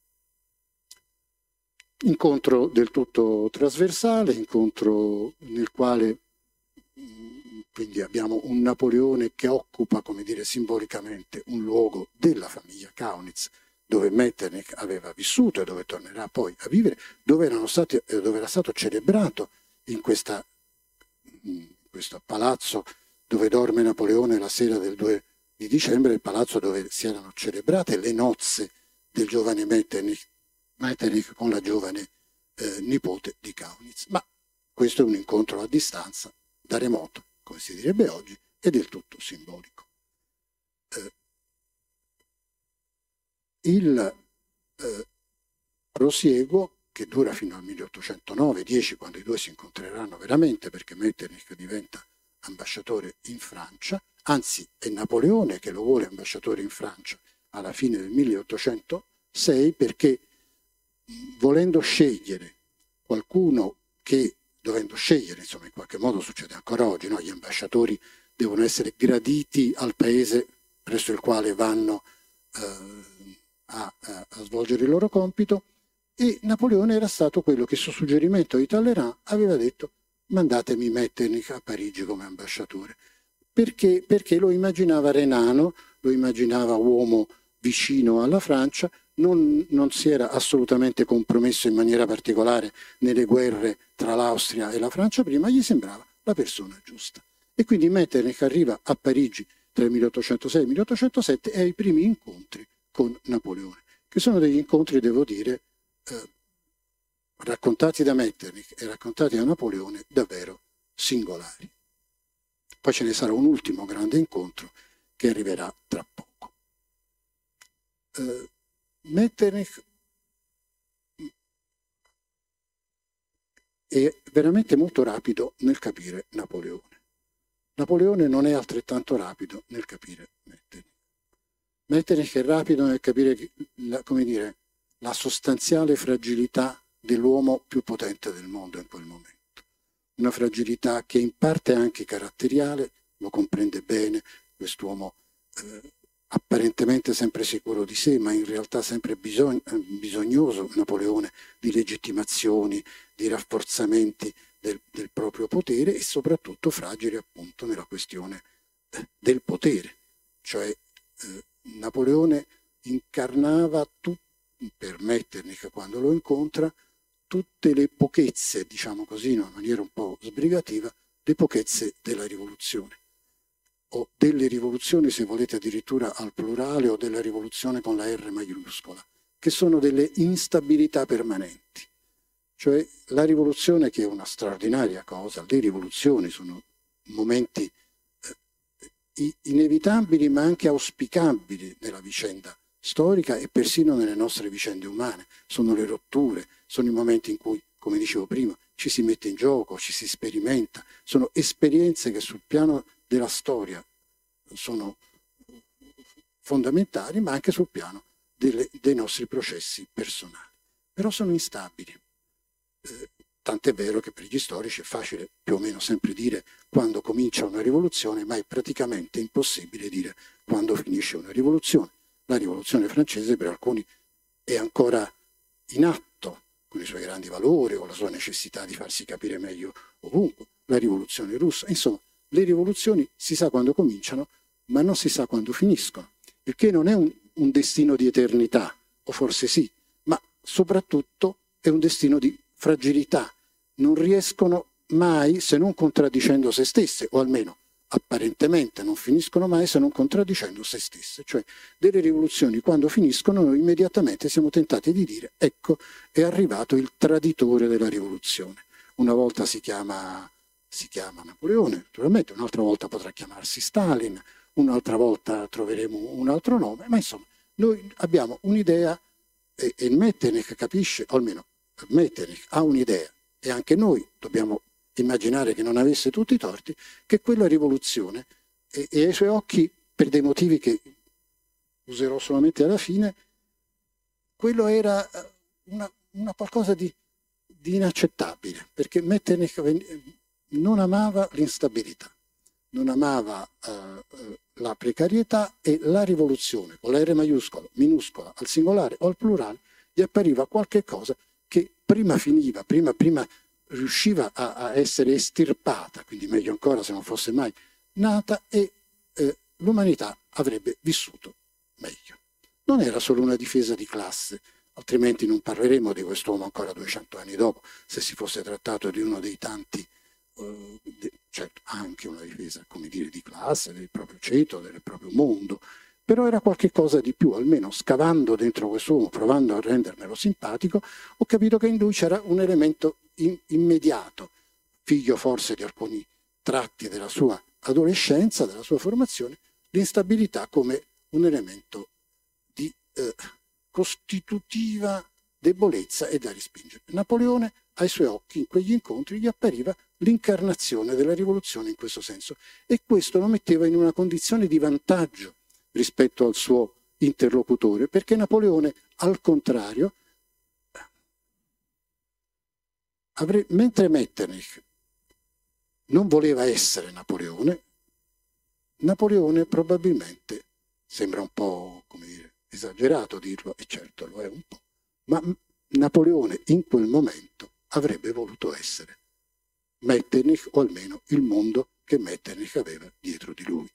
Incontro del tutto trasversale, incontro nel quale quindi abbiamo un Napoleone che occupa, come dire, simbolicamente un luogo della famiglia Kaunitz, dove Metternich aveva vissuto e dove tornerà poi a vivere, dove, erano stati, dove era stato celebrato in, questa, in questo palazzo dove dorme Napoleone la sera del due di dicembre, il palazzo dove si erano celebrate le nozze del giovane Metternich, Metternich con la giovane eh, nipote di Kaunitz. Ma questo è un incontro a distanza, da remoto, come si direbbe oggi, e del tutto simbolico. Eh, il eh, prosieguo, che dura fino al milleottocentonove dieci, quando i due si incontreranno veramente, perché Metternich diventa ambasciatore in Francia, anzi è Napoleone che lo vuole ambasciatore in Francia alla fine del milleottocentosei, perché volendo scegliere qualcuno che, dovendo scegliere, insomma in qualche modo succede ancora oggi, no? Gli ambasciatori devono essere graditi al paese presso il quale vanno eh, a, a, a svolgere il loro compito, e Napoleone era stato quello che su suggerimento di Talleyrand aveva detto: mandatemi Metternich a Parigi come ambasciatore, perché, perché lo immaginava renano, lo immaginava uomo vicino alla Francia, non, non si era assolutamente compromesso in maniera particolare nelle guerre tra l'Austria e la Francia prima, gli sembrava la persona giusta. E quindi Metternich arriva a Parigi tra il milleottocentosei e il milleottocentosette e ha i primi incontri con Napoleone, che sono degli incontri, devo dire, eh, raccontati da Metternich e raccontati da Napoleone, davvero singolari. Poi ce ne sarà un ultimo grande incontro che arriverà tra poco. Eh, Metternich è veramente molto rapido nel capire Napoleone. Napoleone non è altrettanto rapido nel capire Metternich. Metternich è rapido nel capire la, come dire, la sostanziale fragilità dell'uomo più potente del mondo in quel momento. Una fragilità che in parte è anche caratteriale, lo comprende bene, quest'uomo eh, apparentemente sempre sicuro di sé, ma in realtà sempre bisogn- bisognoso, Napoleone, di legittimazioni, di rafforzamenti del, del proprio potere e soprattutto fragili appunto nella questione eh, del potere. Cioè eh, Napoleone incarnava, tu, per Metternich quando lo incontra, tutte le pochezze, diciamo così, in una maniera un po' sbrigativa, le pochezze della rivoluzione, o delle rivoluzioni, se volete addirittura al plurale, o della rivoluzione con la R maiuscola, che sono delle instabilità permanenti. Cioè la rivoluzione, che è una straordinaria cosa, le rivoluzioni sono momenti eh, inevitabili ma anche auspicabili nella vicenda storica e persino nelle nostre vicende umane. Sono le rotture, sono i momenti in cui, come dicevo prima, ci si mette in gioco, ci si sperimenta, sono esperienze che sul piano della storia sono fondamentali, ma anche sul piano delle, dei nostri processi personali. Però sono instabili. Eh, tant'è vero che per gli storici è facile più o meno sempre dire quando comincia una rivoluzione, ma è praticamente impossibile dire quando finisce una rivoluzione. La rivoluzione francese per alcuni è ancora in atto, con i suoi grandi valori o la sua necessità di farsi capire meglio ovunque. La rivoluzione russa, insomma, le rivoluzioni si sa quando cominciano, ma non si sa quando finiscono, il che non è un, un destino di eternità, o forse sì, ma soprattutto è un destino di fragilità. Non riescono mai, se non contraddicendo se stesse, o almeno apparentemente non finiscono mai se non contraddicendo se stesse. Cioè delle rivoluzioni quando finiscono noi immediatamente siamo tentati di dire ecco è arrivato il traditore della rivoluzione. Una volta si chiama, si chiama Napoleone, naturalmente, un'altra volta potrà chiamarsi Stalin, un'altra volta troveremo un altro nome, ma insomma noi abbiamo un'idea e, e Metternich capisce, o almeno Metternich ha un'idea e anche noi dobbiamo immaginare che non avesse tutti i torti, che quella rivoluzione e, e ai suoi occhi, per dei motivi che userò solamente alla fine, quello era una, una qualcosa di, di inaccettabile, perché Metternich non amava l'instabilità, non amava uh, la precarietà e la rivoluzione, con la R maiuscola, minuscola, al singolare o al plurale, gli appariva qualche cosa che prima finiva, prima, prima riusciva a, a essere estirpata, quindi meglio ancora se non fosse mai nata, e eh, l'umanità avrebbe vissuto meglio. Non era solo una difesa di classe, altrimenti non parleremo di quest'uomo ancora duecento anni dopo, se si fosse trattato di uno dei tanti, eh, de, certo anche una difesa, come dire, di classe, del proprio ceto, del proprio mondo, però era qualche cosa di più, almeno scavando dentro quest'uomo, provando a rendermelo simpatico, ho capito che in lui c'era un elemento in, immediato, figlio forse di alcuni tratti della sua adolescenza, della sua formazione, l'instabilità come un elemento di eh, costitutiva debolezza e da respingere. Napoleone, ai suoi occhi, in quegli incontri, gli appariva l'incarnazione della rivoluzione in questo senso, e questo lo metteva in una condizione di vantaggio rispetto al suo interlocutore, perché Napoleone, al contrario, avre... mentre Metternich non voleva essere Napoleone, Napoleone probabilmente, sembra un po', come dire, esagerato dirlo, e certo lo è un po', ma Napoleone in quel momento avrebbe voluto essere Metternich, o almeno il mondo che Metternich aveva dietro di lui.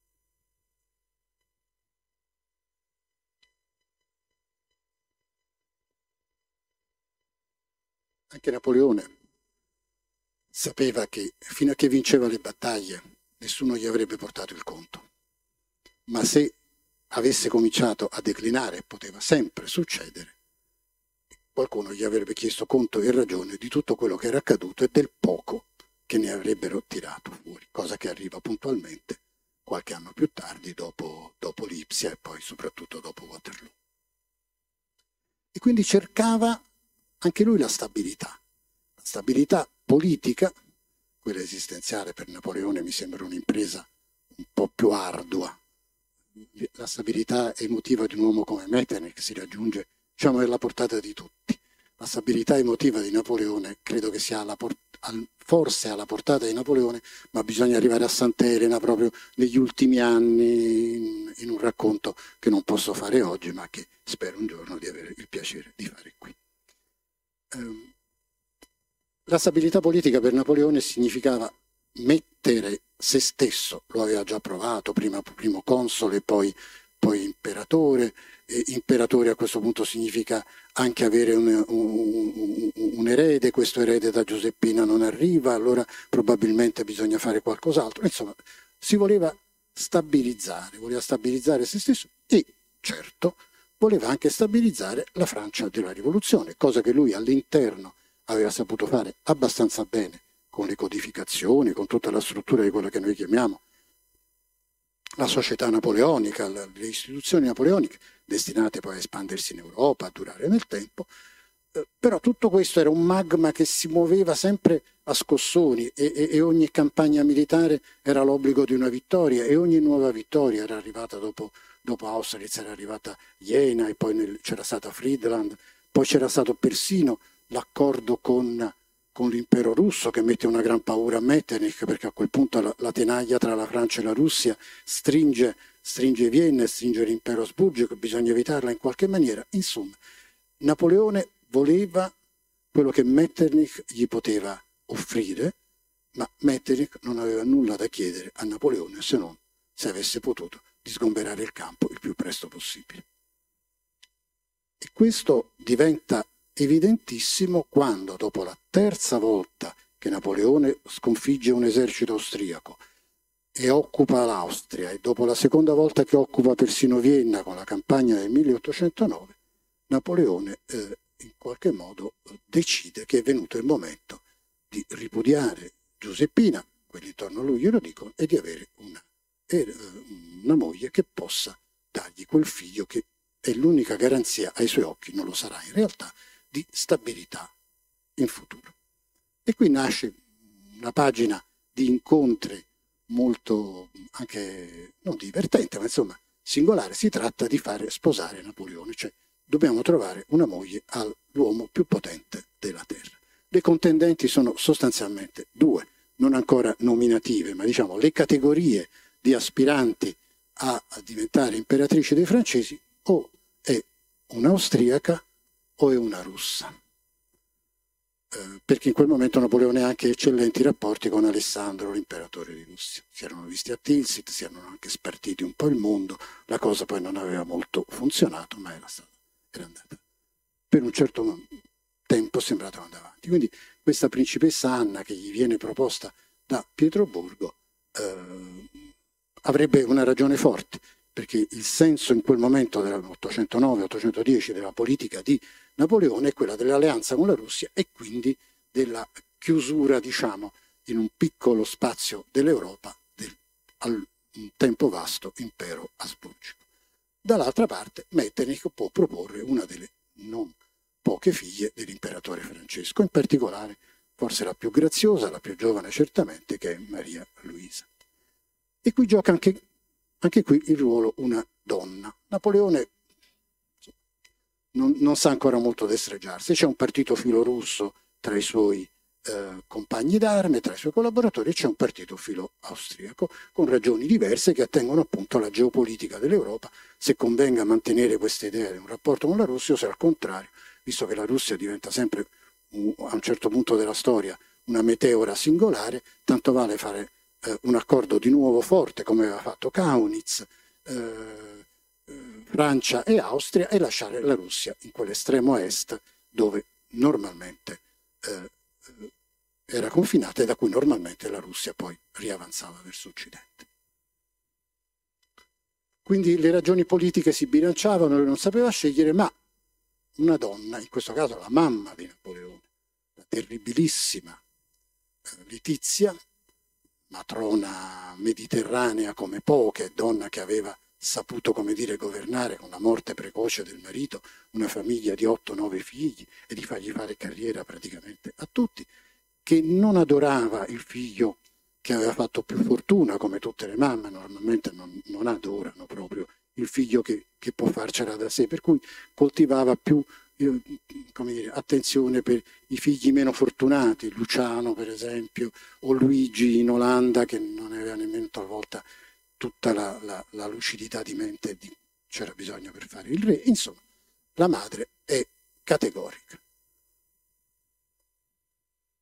Anche Napoleone sapeva che fino a che vinceva le battaglie nessuno gli avrebbe portato il conto, ma se avesse cominciato a declinare, poteva sempre succedere, qualcuno gli avrebbe chiesto conto e ragione di tutto quello che era accaduto e del poco che ne avrebbero tirato fuori, cosa che arriva puntualmente qualche anno più tardi, dopo, dopo Lipsia e poi soprattutto dopo Waterloo. E quindi cercava anche lui la stabilità, la stabilità politica, quella esistenziale per Napoleone mi sembra un'impresa un po' più ardua. La stabilità emotiva di un uomo come Metternich si raggiunge, diciamo, alla portata di tutti. La stabilità emotiva di Napoleone credo che sia alla al, forse alla portata di Napoleone, ma bisogna arrivare a Sant'Elena proprio negli ultimi anni in, in un racconto che non posso fare oggi, ma che spero un giorno di avere il piacere di fare qui. Um, la stabilità politica per Napoleone significava mettere se stesso, lo aveva già provato, prima primo console, poi, poi imperatore. E imperatore a questo punto significa anche avere un, un, un erede, questo erede da Giuseppina non arriva, allora probabilmente bisogna fare qualcos'altro. Insomma, si voleva stabilizzare, voleva stabilizzare se stesso e, certo, voleva anche stabilizzare la Francia della Rivoluzione, cosa che lui all'interno aveva saputo fare abbastanza bene con le codificazioni, con tutta la struttura di quella che noi chiamiamo la società napoleonica, le istituzioni napoleoniche, destinate poi a espandersi in Europa, a durare nel tempo. Eh, però tutto questo era un magma che si muoveva sempre a scossoni e, e, e ogni campagna militare era l'obbligo di una vittoria e ogni nuova vittoria era arrivata dopo, dopo Austerlitz, era arrivata Jena e poi c'era stata Friedland, poi c'era stato persino l'accordo con, con l'impero russo che mette una gran paura a Metternich, perché a quel punto la, la tenaglia tra la Francia e la Russia stringe, stringe Vienna e stringe l'impero asburgico, bisogna evitarla in qualche maniera. Insomma, Napoleone voleva quello che Metternich gli poteva offrire, ma Metternich non aveva nulla da chiedere a Napoleone se non, se avesse potuto, di sgomberare il campo il più presto possibile. E questo diventa evidentissimo quando, dopo la terza volta che Napoleone sconfigge un esercito austriaco e occupa l'Austria, e dopo la seconda volta che occupa persino Vienna con la campagna del milleottocentonove, Napoleone eh, in qualche modo decide che è venuto il momento di ripudiare Giuseppina, quelli intorno a lui glielo dicono, e di avere una, eh, una moglie che possa dargli quel figlio che è l'unica garanzia ai suoi occhi, non lo sarà in realtà, di stabilità in futuro. E qui nasce una pagina di incontri molto anche non divertente, ma insomma singolare. Si tratta di fare sposare Napoleone, cioè dobbiamo trovare una moglie all'uomo più potente della terra. Le contendenti sono sostanzialmente due, non ancora nominative, ma diciamo le categorie di aspiranti a, a diventare imperatrici dei francesi, o è un'austriaca o è una russa. Eh, perché in quel momento Napoleone ha anche eccellenti rapporti con Alessandro, l'imperatore di Russia. Si erano visti a Tilsit, si erano anche spartiti un po' il mondo, la cosa poi non aveva molto funzionato, ma era, stata, era andata. Per un certo tempo sembrava andare avanti. Quindi questa principessa Anna che gli viene proposta da Pietroburgo eh, avrebbe una ragione forte, perché il senso in quel momento dell'ottocentonove ottocentodieci della politica di Napoleone è quella dell'alleanza con la Russia e quindi della chiusura, diciamo, in un piccolo spazio dell'Europa del al un tempo vasto impero asburgico. Dall'altra parte Metternich può proporre una delle non poche figlie dell'imperatore Francesco, in particolare forse la più graziosa, la più giovane certamente, che è Maria Luisa. E qui gioca anche Anche qui il ruolo una donna. Napoleone non, non sa ancora molto destreggiarsi. C'è un partito filorusso tra i suoi eh, compagni d'arme, tra i suoi collaboratori, e c'è un partito filo austriaco, con ragioni diverse che attengono appunto alla geopolitica dell'Europa, se convenga mantenere questa idea di un rapporto con la Russia o se al contrario, visto che la Russia diventa sempre a un certo punto della storia una meteora singolare, tanto vale fare eh, un accordo di nuovo forte come aveva fatto Kaunitz, eh, eh, Francia e Austria, e lasciare la Russia in quell'estremo est dove normalmente eh, era confinata e da cui normalmente la Russia poi riavanzava verso occidente. Quindi le ragioni politiche si bilanciavano, lui non sapeva scegliere, ma una donna, in questo caso la mamma di Napoleone, la terribilissima Letizia, matrona mediterranea come poche, donna che aveva saputo, come dire, governare con la morte precoce del marito una famiglia di otto nove figli e di fargli fare carriera praticamente a tutti, che non adorava il figlio che aveva fatto più fortuna, come tutte le mamme normalmente non, non adorano proprio il figlio che, che può farcela da sé, per cui coltivava più eh, come dire, attenzione per i figli meno fortunati, Luciano per esempio, o Luigi in Olanda, che non aveva nemmeno talvolta tutta la, la, la lucidità di mente di c'era bisogno per fare il re. Insomma, la madre è categorica.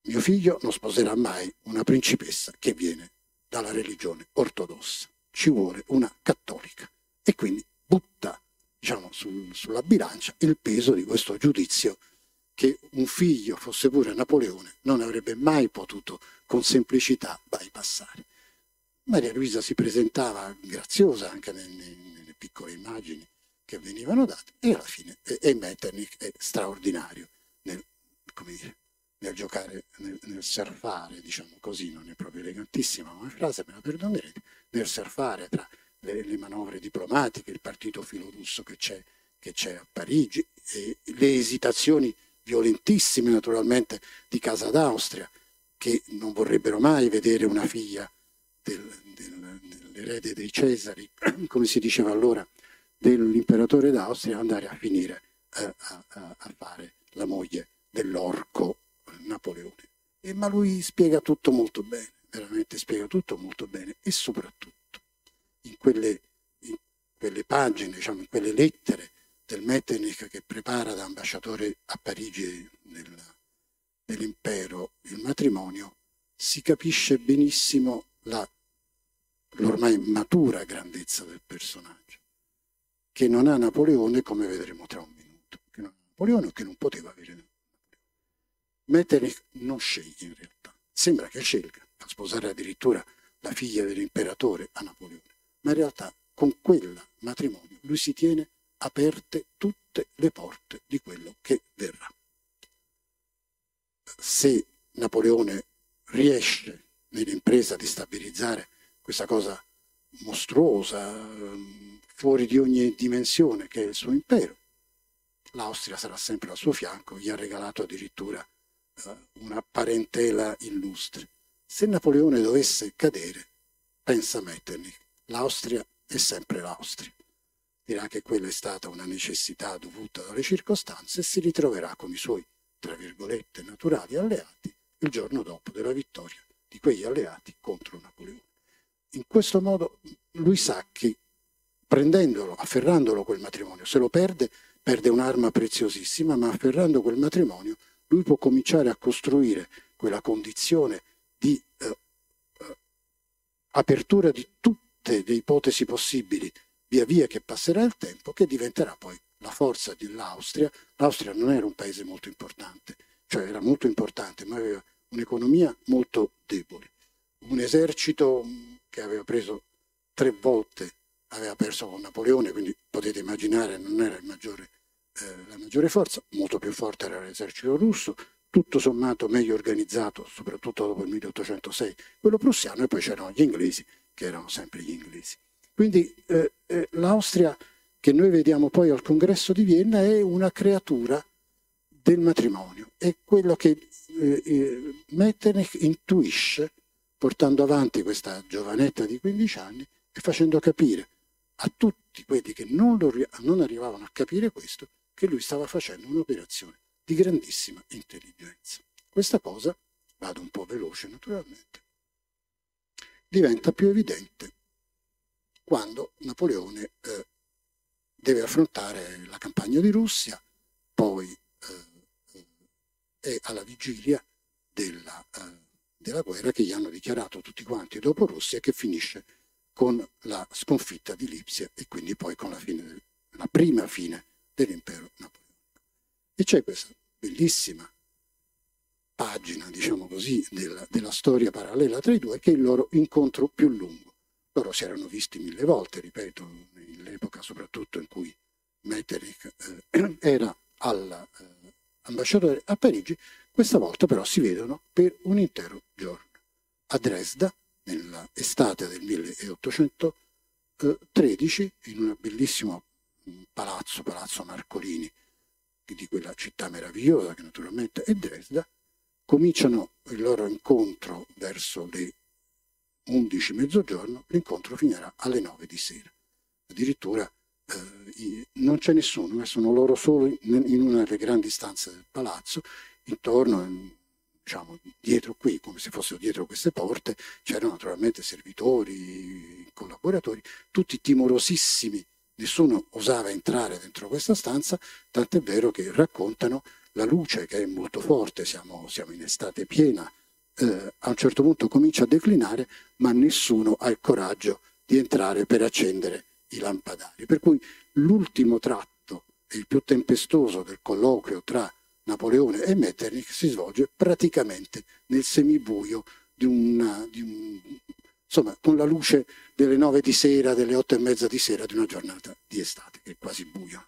mio figlio non sposerà mai una principessa che viene dalla religione ortodossa, ci vuole una cattolica. E quindi butta, diciamo, sul, sulla bilancia il peso di questo giudizio che un figlio, fosse pure Napoleone, non avrebbe mai potuto con semplicità bypassare. Maria Luisa si presentava graziosa anche nelle, nelle piccole immagini che venivano date, e alla fine e, e Metternich è straordinario nel, come dire, nel giocare, nel, nel surfare, diciamo così, non è proprio elegantissima come frase, me la perdonerete, nel surfare tra le, le manovre diplomatiche, il partito filorusso che c'è che c'è a Parigi, e le esitazioni violentissime naturalmente di Casa d'Austria, che non vorrebbero mai vedere una figlia del, del, dell'erede dei Cesari, come si diceva allora, dell'imperatore d'Austria, andare a finire eh, a, a, a fare la moglie dell'orco Napoleone. E, ma lui spiega tutto molto bene, veramente spiega tutto molto bene, e soprattutto in quelle, in quelle pagine, diciamo, in quelle lettere del Metternich che prepara da ambasciatore a Parigi del, dell'impero il matrimonio, si capisce benissimo la, l'ormai matura grandezza del personaggio, che non ha Napoleone, come vedremo tra un minuto, che non ha Napoleone o che non poteva avere Napoleone. Metternich non sceglie in realtà, sembra che scelga, a sposare addirittura la figlia dell'imperatore a Napoleone, ma in realtà con quel matrimonio lui si tiene aperte tutte le porte di quello che verrà. Se Napoleone riesce nell'impresa di stabilizzare questa cosa mostruosa, fuori di ogni dimensione, che è il suo impero, l'Austria sarà sempre al suo fianco, gli ha regalato addirittura uh, una parentela illustre. Se Napoleone dovesse cadere, pensa Metternich, l'Austria è sempre l'Austria. Dirà che quella è stata una necessità dovuta dalle circostanze e si ritroverà con i suoi, tra virgolette, naturali alleati il giorno dopo della vittoria di quegli alleati contro Napoleone. In questo modo lui sa che prendendolo, afferrandolo quel matrimonio, se lo perde, perde un'arma preziosissima, ma afferrando quel matrimonio lui può cominciare a costruire quella condizione di eh, eh, apertura di tutte le ipotesi possibili via via che passerà il tempo, che diventerà poi la forza dell'Austria. L'Austria non era un paese molto importante, cioè era molto importante, ma aveva un'economia molto debole, un esercito che aveva preso tre volte, aveva perso con Napoleone, quindi potete immaginare non era il maggiore, eh, la maggiore forza, molto più forte era l'esercito russo, tutto sommato meglio organizzato, soprattutto dopo il milleottocentosei, quello prussiano, e poi c'erano gli inglesi, che erano sempre gli inglesi. Quindi eh, eh, l'Austria che noi vediamo poi al congresso di Vienna è una creatura del matrimonio, è quello che eh, eh, Metternich intuisce portando avanti questa giovanetta di quindici anni e facendo capire a tutti quelli che non, lo, non arrivavano a capire questo, che lui stava facendo un'operazione di grandissima intelligenza. Questa cosa, vado un po' veloce naturalmente, diventa più evidente quando Napoleone eh, deve affrontare la campagna di Russia, poi eh, è alla vigilia della, eh, della guerra che gli hanno dichiarato tutti quanti dopo Russia, che finisce con la sconfitta di Lipsia e quindi poi con la, fine del, la prima fine dell'impero napoleonico. E c'è questa bellissima pagina, diciamo così, della, della storia parallela tra i due, che è il loro incontro più lungo. Loro si erano visti mille volte, ripeto, nell'epoca soprattutto in cui Metternich eh, era all'ambasciatore a Parigi. Questa volta però si vedono per un intero giorno. A Dresda, nell'estate del milleottocentotredici, in un bellissimo palazzo, Palazzo Marcolini, di quella città meravigliosa che naturalmente è Dresda, cominciano il loro incontro verso le undici mezzogiorno, l'incontro finirà alle nove di sera. Addirittura eh, non c'è nessuno, sono loro soli in una delle grandi stanze del palazzo, intorno, diciamo, dietro qui, come se fossero dietro queste porte, c'erano naturalmente servitori, collaboratori, tutti timorosissimi, nessuno osava entrare dentro questa stanza, tant'è vero che raccontano la luce che è molto forte, siamo, siamo in estate piena, eh, a un certo punto comincia a declinare, ma nessuno ha il coraggio di entrare per accendere i lampadari. Per cui l'ultimo tratto e il più tempestoso del colloquio tra Napoleone e Metternich si svolge praticamente nel semibuio di una, di un, insomma, con la luce delle nove di sera, delle otto e mezza di sera di una giornata di estate, che è quasi buio.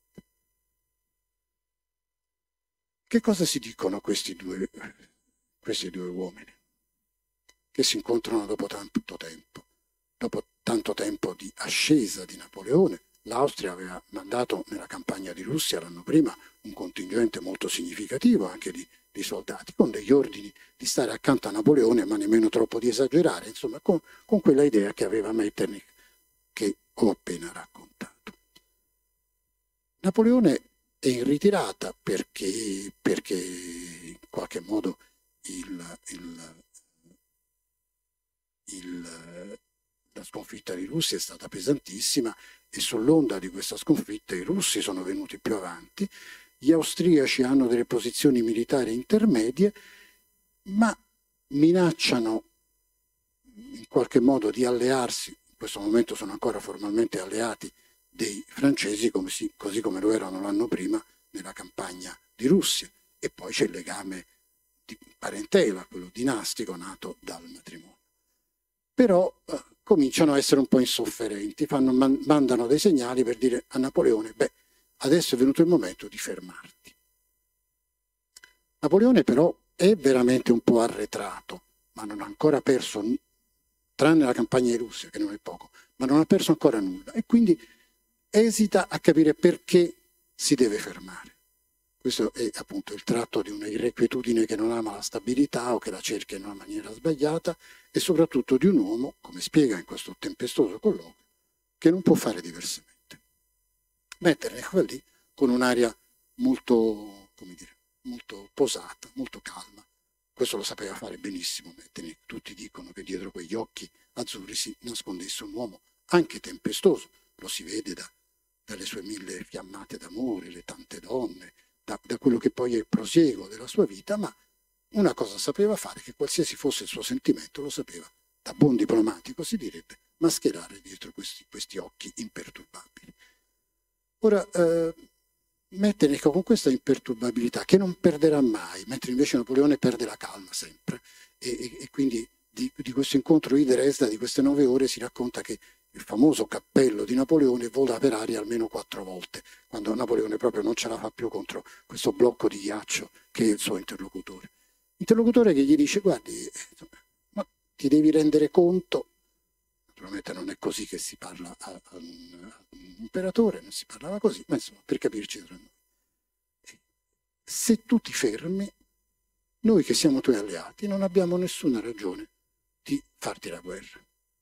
Che cosa si dicono questi due, questi due uomini che si incontrano dopo tanto tempo? Dopo tanto tempo di ascesa di Napoleone, l'Austria aveva mandato nella campagna di Russia l'anno prima un contingente molto significativo anche di, di soldati, con degli ordini di stare accanto a Napoleone, ma nemmeno troppo di esagerare, insomma, con, con quella idea che aveva Metternich, che ho appena raccontato. Napoleone è in ritirata perché, perché in qualche modo il, il, il, la sconfitta di Russia è stata pesantissima e sull'onda di questa sconfitta i russi sono venuti più avanti, gli austriaci hanno delle posizioni militari intermedie, ma minacciano in qualche modo di allearsi, in questo momento sono ancora formalmente alleati dei francesi, come si, così come lo erano l'anno prima nella campagna di Russia, e poi c'è il legame di parentela, quello dinastico nato dal matrimonio. Però eh, cominciano a essere un po' insofferenti, fanno, man, mandano dei segnali per dire a Napoleone, beh, adesso è venuto il momento di fermarti. Napoleone però è veramente un po' arretrato, ma non ha ancora perso, tranne la campagna di Russia, che non è poco, ma non ha perso ancora nulla, e quindi esita a capire perché si deve fermare. Questo è appunto il tratto di una irrequietudine che non ama la stabilità o che la cerca in una maniera sbagliata, e soprattutto di un uomo, come spiega in questo tempestoso colloquio, che non può fare diversamente. Metternich va lì con un'aria molto, come dire, molto posata, molto calma. Questo lo sapeva fare benissimo Metternich. Tutti dicono che dietro quegli occhi azzurri si nascondesse un uomo anche tempestoso. Lo si vede da, dalle sue mille fiammate d'amore, le tante donne, da, da quello che poi è il prosieguo della sua vita, ma una cosa sapeva fare, che qualsiasi fosse il suo sentimento, lo sapeva, da buon diplomatico si direbbe, mascherare dietro questi, questi occhi imperturbabili. Ora, eh, Metternich con questa imperturbabilità, che non perderà mai, mentre invece Napoleone perde la calma sempre, e, e, e quindi di, di questo incontro di Dresda, di queste nove ore, si racconta che il famoso cappello di Napoleone vola per aria almeno quattro volte, quando Napoleone proprio non ce la fa più contro questo blocco di ghiaccio che è il suo interlocutore. Interlocutore che gli dice, guardi, ma ti devi rendere conto, naturalmente non è così che si parla a, a, un, a un imperatore, non si parlava così, ma insomma, per capirci tra noi. Se tu ti fermi, noi che siamo tuoi alleati non abbiamo nessuna ragione di farti la guerra.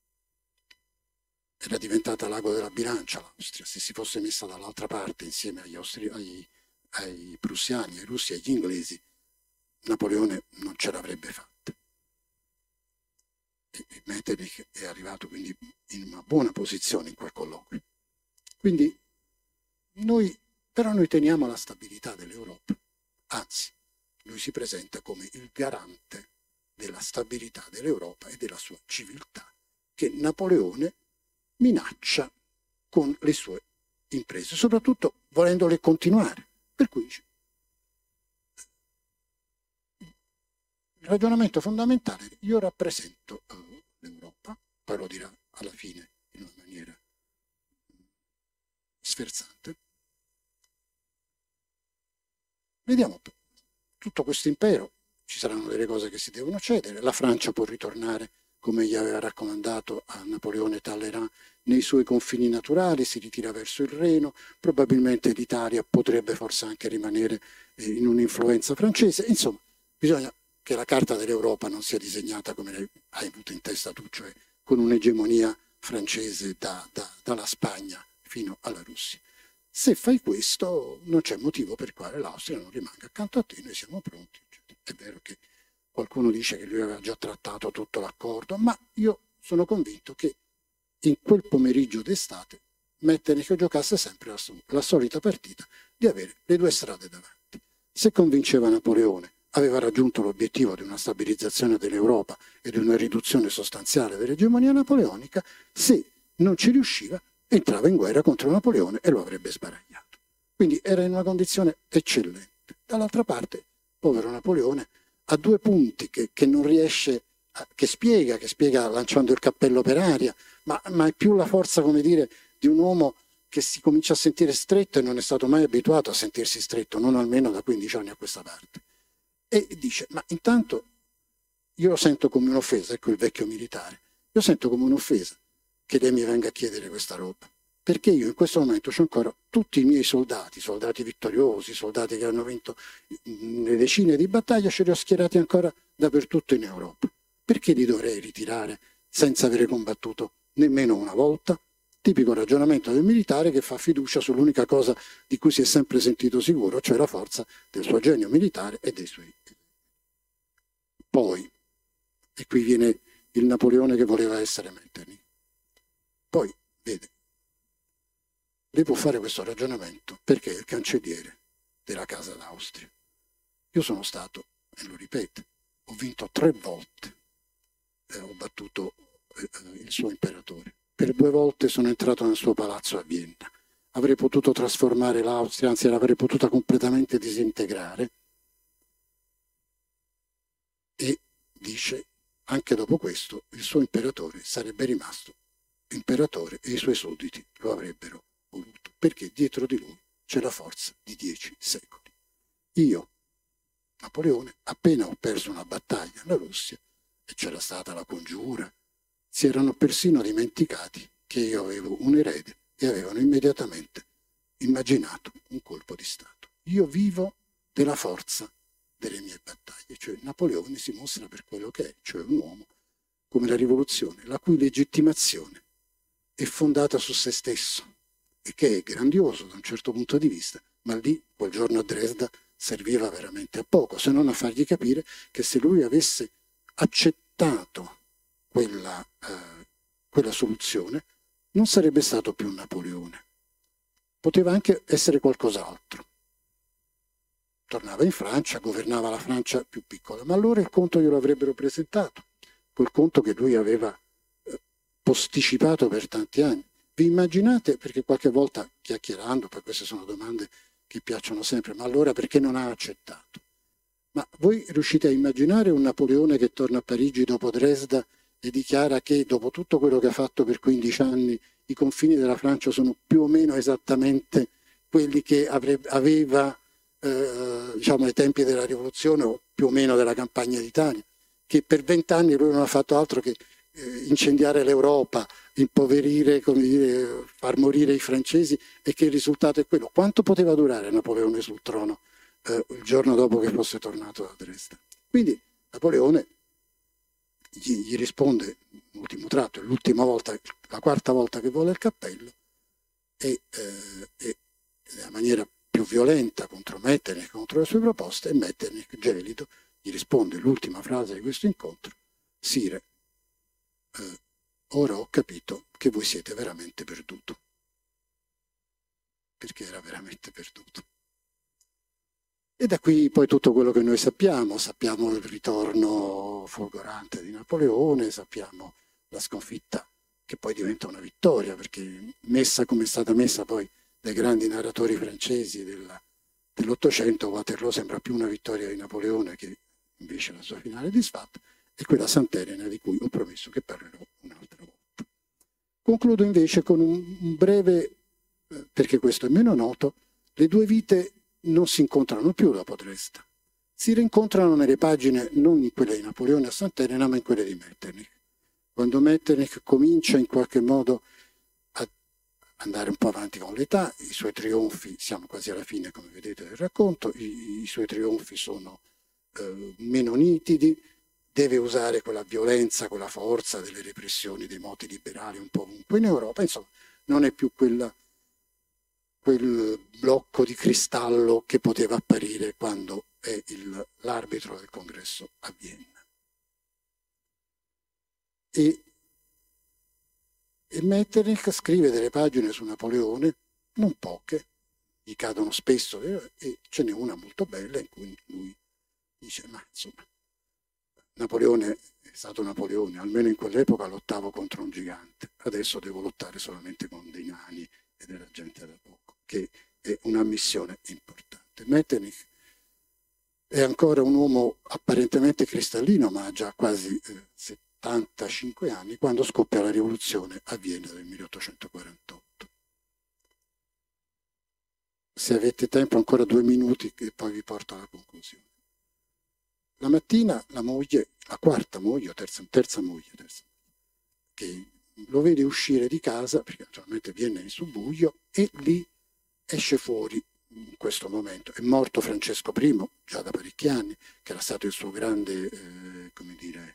Era diventata l'ago della bilancia l'Austria, se si fosse messa dall'altra parte insieme agli, Austri- ai, ai prussiani, ai russi e agli inglesi, Napoleone non ce l'avrebbe fatta. E Metternich è arrivato quindi in una buona posizione in quel colloquio. Quindi noi, però noi teniamo la stabilità dell'Europa, anzi, lui si presenta come il garante della stabilità dell'Europa e della sua civiltà, che Napoleone minaccia con le sue imprese, soprattutto volendole continuare. Per cui il ragionamento fondamentale, io rappresento uh, l'Europa, poi lo dirà alla fine in una maniera sferzante. Vediamo tutto questo impero, ci saranno delle cose che si devono cedere, la Francia può ritornare, come gli aveva raccomandato a Napoleone Talleyrand, nei suoi confini naturali, si ritira verso il Reno, probabilmente l'Italia potrebbe forse anche rimanere eh, in un'influenza francese, insomma, bisogna che la carta dell'Europa non sia disegnata come hai avuto in testa tu, cioè con un'egemonia francese da, da, dalla Spagna fino alla Russia. Se fai questo non c'è motivo per il quale l'Austria non rimanga accanto a te, noi siamo pronti. È vero che qualcuno dice che lui aveva già trattato tutto l'accordo, ma io sono convinto che in quel pomeriggio d'estate Metternich giocasse sempre la, la solita partita di avere le due strade davanti. Se convinceva Napoleone, aveva raggiunto l'obiettivo di una stabilizzazione dell'Europa e di una riduzione sostanziale dell'egemonia napoleonica. Se non ci riusciva, entrava in guerra contro Napoleone e lo avrebbe sbaragliato. Quindi era in una condizione eccellente. Dall'altra parte, povero Napoleone, ha due punti che, che non riesce, a, che spiega, che spiega lanciando il cappello per aria, ma, ma è più la forza, come dire, di un uomo che si comincia a sentire stretto e non è stato mai abituato a sentirsi stretto, non almeno da quindici anni a questa parte. E dice, ma intanto io lo sento come un'offesa, ecco il vecchio militare, io sento come un'offesa che lei mi venga a chiedere questa roba, perché io in questo momento ho ancora tutti i miei soldati, soldati vittoriosi, soldati che hanno vinto le decine di battaglie, ce li ho schierati ancora dappertutto in Europa. Perché li dovrei ritirare senza avere combattuto nemmeno una volta? Tipico ragionamento del militare che fa fiducia sull'unica cosa di cui si è sempre sentito sicuro, cioè la forza del suo genio militare e dei suoi. Poi, e qui viene il Napoleone che voleva essere Metternich, poi, vede, lei può fare questo ragionamento perché è il cancelliere della Casa d'Austria. Io sono stato, e lo ripeto, ho vinto tre volte, eh, ho battuto eh, il suo imperatore. Per due volte sono entrato nel suo palazzo a Vienna. Avrei potuto trasformare l'Austria, anzi l'avrei potuta completamente disintegrare. E dice, anche dopo questo, il suo imperatore sarebbe rimasto imperatore e i suoi sudditi lo avrebbero voluto, perché dietro di lui c'è la forza di dieci secoli. Io, Napoleone, appena ho perso una battaglia in Russia, e c'era stata la congiura, si erano persino dimenticati che io avevo un erede e avevano immediatamente immaginato un colpo di Stato. Io vivo della forza delle mie battaglie, cioè Napoleone si mostra per quello che è, cioè un uomo come la rivoluzione, la cui legittimazione è fondata su se stesso e che è grandioso da un certo punto di vista, ma lì, quel giorno a Dresda, serviva veramente a poco, se non a fargli capire che se lui avesse accettato quella, eh, quella soluzione, non sarebbe stato più Napoleone. Poteva anche essere qualcos'altro. Tornava in Francia, governava la Francia più piccola, ma allora il conto glielo avrebbero presentato, quel conto che lui aveva eh, posticipato per tanti anni. Vi immaginate, perché qualche volta chiacchierando, poi queste sono domande che piacciono sempre, ma allora perché non ha accettato? Ma voi riuscite a immaginare un Napoleone che torna a Parigi dopo Dresda e dichiara che dopo tutto quello che ha fatto per quindici anni i confini della Francia sono più o meno esattamente quelli che avrebbe, aveva eh, diciamo ai tempi della rivoluzione o più o meno della campagna d'Italia, che per vent'anni lui non ha fatto altro che eh, incendiare l'Europa, impoverire, come dire, far morire i francesi, e che il risultato è quello. Quanto poteva durare Napoleone sul trono eh, il giorno dopo che fosse tornato da Dresda? Quindi Napoleone gli, gli risponde, l'ultimo tratto, è l'ultima volta, la quarta volta che vuole il cappello, e, eh, e nella maniera più violenta contro Metternich, contro le sue proposte, e Metternich, gelido, gli risponde l'ultima frase di questo incontro: Sire, eh, ora ho capito che voi siete veramente perduto. Perché era veramente perduto. E da qui poi tutto quello che noi sappiamo, sappiamo il ritorno folgorante di Napoleone, sappiamo la sconfitta che poi diventa una vittoria, perché messa come è stata messa poi dai grandi narratori francesi dell'Ottocento, Waterloo sembra più una vittoria di Napoleone che invece la sua finale disfatta, e quella Sant'Elena di cui ho promesso che parlerò un'altra volta. Concludo invece con un, un breve, eh, perché questo è meno noto, le due vite non si incontrano più dopo Dresda. Si rincontrano nelle pagine, non in quelle di Napoleone a Sant'Elena, ma in quelle di Metternich. Quando Metternich comincia in qualche modo a andare un po' avanti con l'età, i suoi trionfi, siamo quasi alla fine come vedete del racconto, i, i suoi trionfi sono eh, meno nitidi, deve usare quella violenza, quella forza delle repressioni dei moti liberali un po' ovunque in Europa, insomma non è più quella, quel blocco di cristallo che poteva apparire quando è l'arbitro del congresso a Vienna. E, e Metternich scrive delle pagine su Napoleone, non poche, gli cadono spesso, eh, e ce n'è una molto bella in cui lui dice, ma insomma, Napoleone è stato Napoleone, almeno in quell'epoca lottavo contro un gigante, adesso devo lottare solamente con dei nani e della gente da poco, che è una missione importante. Metternich è ancora un uomo apparentemente cristallino, ma ha già quasi eh, settantacinque anni, quando scoppia la rivoluzione a Vienna del milleottocentoquarantotto. Se avete tempo, ancora due minuti e poi vi porto alla conclusione. La mattina la moglie, la quarta moglie, o terza, terza moglie, terza, che lo vede uscire di casa, perché naturalmente viene in subbuglio, e lì esce fuori in questo momento. È morto Francesco primo, già da parecchi anni, che era stato il suo grande, eh, come dire,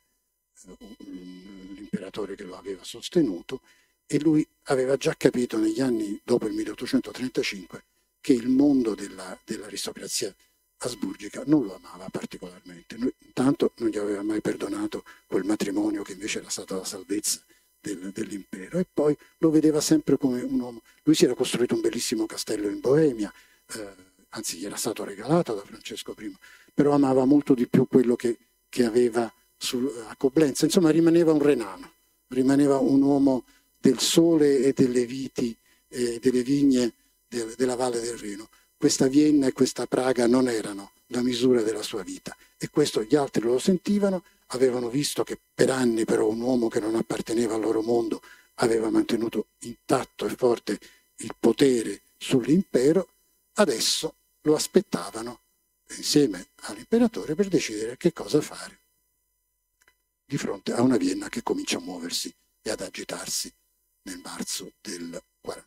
l'imperatore che lo aveva sostenuto, e lui aveva già capito negli anni dopo il milleottocentotrentacinque che il mondo della, dell'aristocrazia asburgica non lo amava particolarmente. Lui, intanto non gli aveva mai perdonato quel matrimonio che invece era stata la salvezza del, dell'impero, e poi lo vedeva sempre come un uomo. Lui si era costruito un bellissimo castello in Boemia, eh, anzi gli era stato regalato da Francesco primo, però amava molto di più quello che, che aveva su, a Coblenza. Insomma, rimaneva un renano, rimaneva un uomo del sole e delle viti e delle vigne del, della Valle del Reno. Questa Vienna e questa Praga non erano la misura della sua vita, e questo gli altri lo sentivano, avevano visto che per anni però un uomo che non apparteneva al loro mondo aveva mantenuto intatto e forte il potere sull'impero. Adesso lo aspettavano insieme all'imperatore per decidere che cosa fare di fronte a una Vienna che comincia a muoversi e ad agitarsi nel marzo del quarantotto.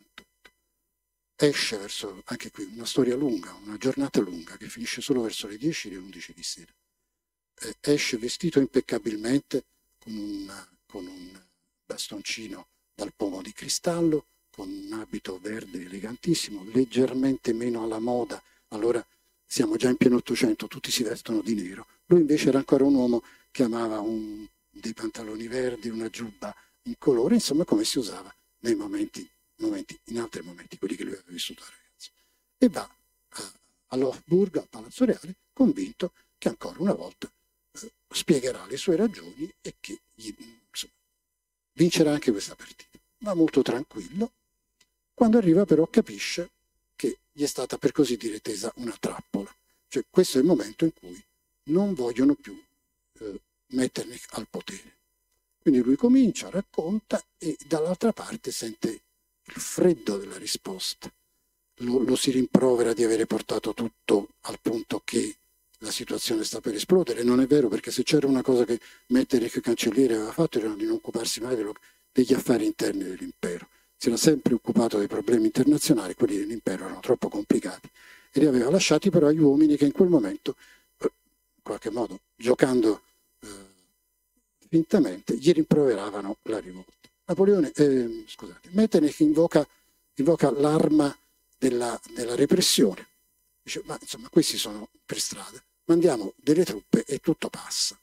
Esce verso, anche qui, una storia lunga, una giornata lunga che finisce solo verso le dieci, le undici di sera. Eh, esce vestito impeccabilmente con un, con un bastoncino dal pomo di cristallo, con un abito verde elegantissimo, leggermente meno alla moda. Allora siamo già in pieno Ottocento, tutti si vestono di nero. Lui invece era ancora un uomo che amava un, dei pantaloni verdi, una giubba in colore, insomma come si usava nei momenti, momenti in altri momenti, quelli che lui aveva vissuto da ragazzo. E va eh, all'Hofburg, al Palazzo Reale, convinto che ancora una volta eh, spiegherà le sue ragioni e che gli, insomma, vincerà anche questa partita. Va molto tranquillo. Quando arriva però capisce che gli è stata per così dire tesa una trappola. Cioè questo è il momento in cui non vogliono più eh, Metternich al potere. Quindi lui comincia, racconta, e dall'altra parte sente il freddo della risposta. Lo, lo si rimprovera di avere portato tutto al punto che la situazione sta per esplodere. Non è vero, perché se c'era una cosa che Metternich cancelliere aveva fatto era di non occuparsi mai dello, degli affari interni dell'impero. Si era sempre occupato dei problemi internazionali, quelli dell'impero erano troppo complicati, e li aveva lasciati però agli uomini che in quel momento, in qualche modo, giocando eh, fintamente, gli rimproveravano la rivolta. Napoleone, eh, scusate, Metternich invoca, invoca l'arma della, della repressione. Dice, ma insomma, questi sono per strada, mandiamo delle truppe e tutto passa.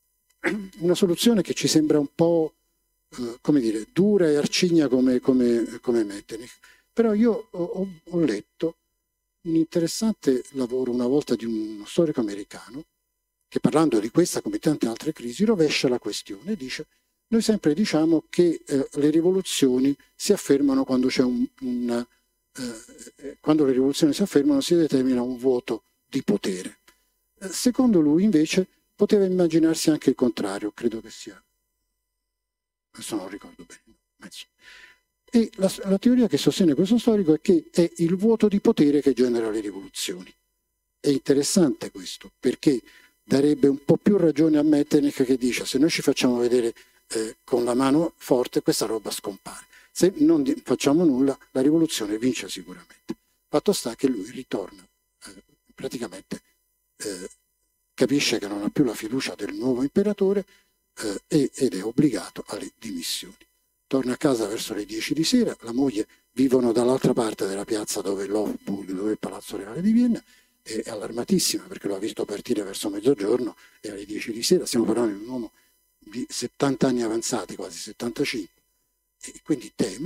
Una soluzione che ci sembra un po', eh, come dire, dura e arcigna come, come, come Metternich. Però io ho, ho letto un interessante lavoro una volta di uno storico americano che, parlando di questa come tante altre crisi, rovescia la questione e dice: noi sempre diciamo che eh, le rivoluzioni si affermano quando c'è un, un eh, quando le rivoluzioni si affermano si determina un vuoto di potere. Eh, secondo lui invece poteva immaginarsi anche il contrario, credo che sia, adesso non ricordo bene, ma e la, la teoria che sostiene questo storico è che è il vuoto di potere che genera le rivoluzioni. È interessante questo, perché darebbe un po' più ragione a Metternich, che dice: se noi ci facciamo vedere eh, con la mano forte, questa roba scompare. Se non facciamo nulla, la rivoluzione vince sicuramente. Fatto sta che lui ritorna, eh, praticamente eh, capisce che non ha più la fiducia del nuovo imperatore eh, ed è obbligato alle dimissioni. Torna a casa verso le dieci di sera, la moglie vivono dall'altra parte della piazza dove l'Hofburg, dove è il Palazzo Reale di Vienna, è allarmatissima perché lo ha visto partire verso mezzogiorno e alle dieci di sera. Stiamo parlando di un uomo di settanta anni avanzati, quasi settantacinque, e quindi teme,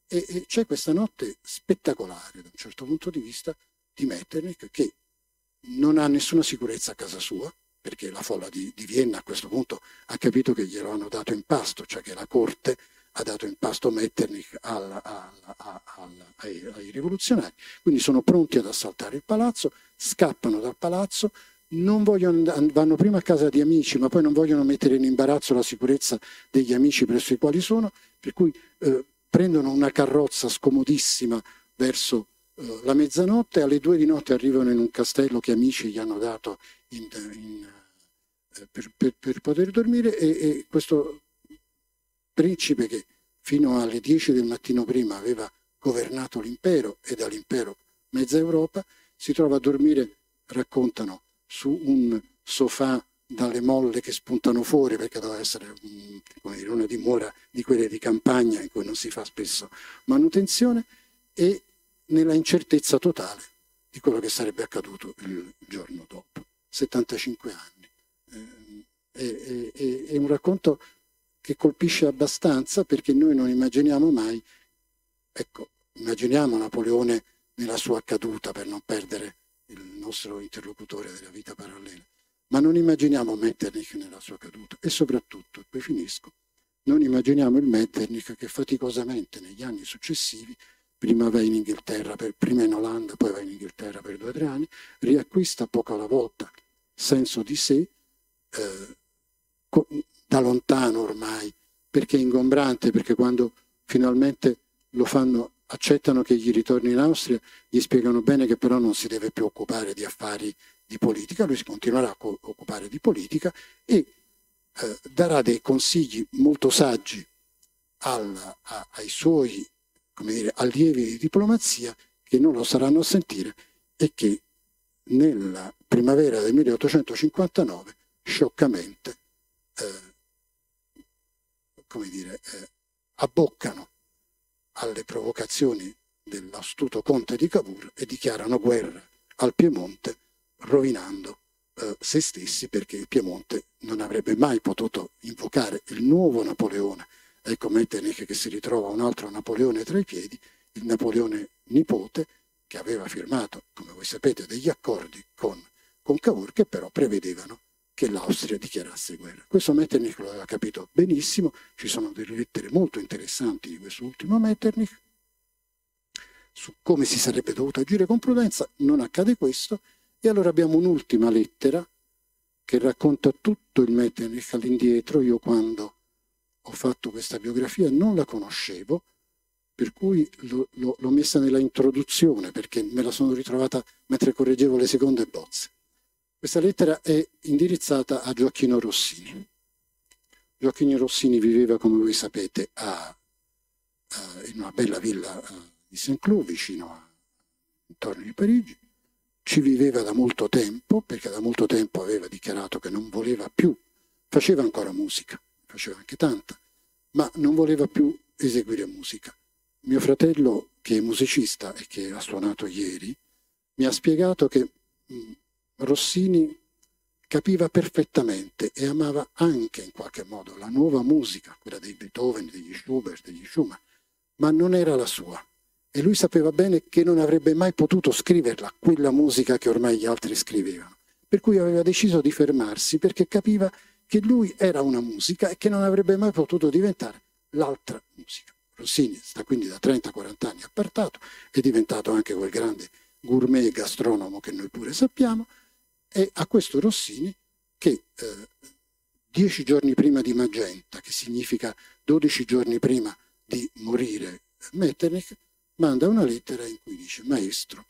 E, e c'è questa notte spettacolare, da un certo punto di vista, di Metternich, che non ha nessuna sicurezza a casa sua, perché la folla di, di Vienna a questo punto ha capito che glielo hanno dato in pasto, cioè che la corte ha dato in pasto Metternich alla, alla, alla, ai, ai rivoluzionari. Quindi sono pronti ad assaltare il palazzo, scappano dal palazzo, non vogliono, vanno prima a casa di amici, ma poi non vogliono mettere in imbarazzo la sicurezza degli amici presso i quali sono, per cui eh, prendono una carrozza scomodissima verso eh, la mezzanotte, alle due di notte arrivano in un castello che amici gli hanno dato in, in, eh, per, per, per poter dormire, e, e questo principe, che fino alle dieci del mattino prima aveva governato l'impero e dall'impero mezza Europa, si trova a dormire, raccontano, su un sofà dalle molle che spuntano fuori, perché doveva essere un, come dire, una dimora di quelle di campagna in cui non si fa spesso manutenzione, e nella incertezza totale di quello che sarebbe accaduto il giorno dopo, settantacinque anni. Eh, è, è, è un racconto che colpisce abbastanza, perché noi non immaginiamo mai, ecco, immaginiamo Napoleone nella sua caduta, per non perdere il nostro interlocutore della vita parallela, ma non immaginiamo Metternich nella sua caduta, e soprattutto, e poi finisco, non immaginiamo il Metternich che faticosamente negli anni successivi, prima va in Inghilterra, per, prima in Olanda, poi va in Inghilterra per due o tre anni, riacquista poco alla volta senso di sé, eh, da lontano ormai, perché è ingombrante, perché quando finalmente lo fanno, accettano che gli ritorni in Austria, gli spiegano bene che però non si deve più occupare di affari di politica, lui si continuerà a occupare di politica e eh, darà dei consigli molto saggi al, a, ai suoi, come dire, allievi di diplomazia, che non lo saranno a sentire e che nella primavera del milleottocentocinquantanove scioccamente eh, come dire, eh, abboccano alle provocazioni dell'astuto conte di Cavour e dichiarano guerra al Piemonte, rovinando eh, se stessi, perché il Piemonte non avrebbe mai potuto invocare il nuovo Napoleone. Ecco Metternich che si ritrova un altro Napoleone tra i piedi, il Napoleone nipote, che aveva firmato, come voi sapete, degli accordi con, con Cavour, che però prevedevano che l'Austria dichiarasse guerra. Questo Metternich lo aveva capito benissimo, ci sono delle lettere molto interessanti di questo ultimo Metternich su come si sarebbe dovuto agire con prudenza, non accade questo, e allora abbiamo un'ultima lettera che racconta tutto il Metternich all'indietro. Io quando ho fatto questa biografia non la conoscevo, per cui l'ho messa nella introduzione, perché me la sono ritrovata mentre correggevo le seconde bozze. Questa lettera è indirizzata a Gioacchino Rossini. Gioacchino Rossini viveva, come voi sapete, a, a, in una bella villa a, di Saint-Cloud, vicino a, intorno di Parigi. Ci viveva da molto tempo, perché da molto tempo aveva dichiarato che non voleva più, faceva ancora musica, faceva anche tanta, ma non voleva più eseguire musica. Mio fratello, che è musicista e che ha suonato ieri, mi ha spiegato che mh, Rossini capiva perfettamente e amava anche in qualche modo la nuova musica, quella dei Beethoven, degli Schubert, degli Schumann, ma non era la sua. E lui sapeva bene che non avrebbe mai potuto scriverla, quella musica che ormai gli altri scrivevano. Per cui aveva deciso di fermarsi, perché capiva che lui era una musica e che non avrebbe mai potuto diventare l'altra musica. Rossini sta quindi da trenta quaranta anni appartato, è diventato anche quel grande gourmet gastronomo che noi pure sappiamo, e a questo Rossini che eh, dieci giorni prima di Magenta, che significa dodici giorni prima di morire Metternich, manda una lettera in cui dice: maestro,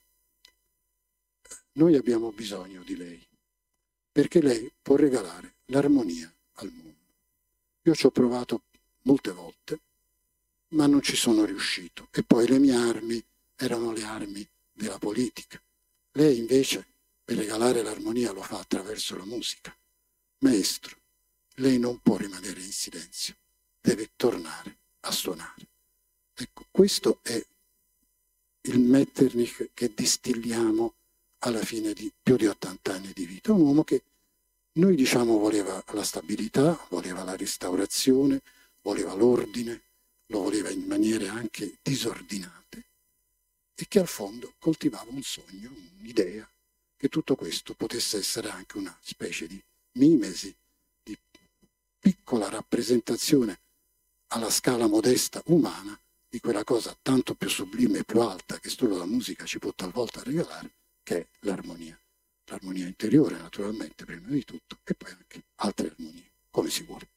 noi abbiamo bisogno di lei, perché lei può regalare l'armonia al mondo. Io ci ho provato molte volte, ma non ci sono riuscito. E poi le mie armi erano le armi della politica. Lei invece, per regalare l'armonia, lo fa attraverso la musica. Maestro, lei non può rimanere in silenzio, deve tornare a suonare. Ecco, questo è il Metternich che distilliamo alla fine di più di ottanta anni di vita. Un uomo che noi diciamo voleva la stabilità, voleva la restaurazione, voleva l'ordine, lo voleva in maniere anche disordinate, e che al fondo coltivava un sogno, un'idea, che tutto questo potesse essere anche una specie di mimesi, di piccola rappresentazione alla scala modesta umana di quella cosa tanto più sublime e più alta che solo la musica ci può talvolta regalare, che è l'armonia. L'armonia interiore, naturalmente, prima di tutto, e poi anche altre armonie, come si vuole.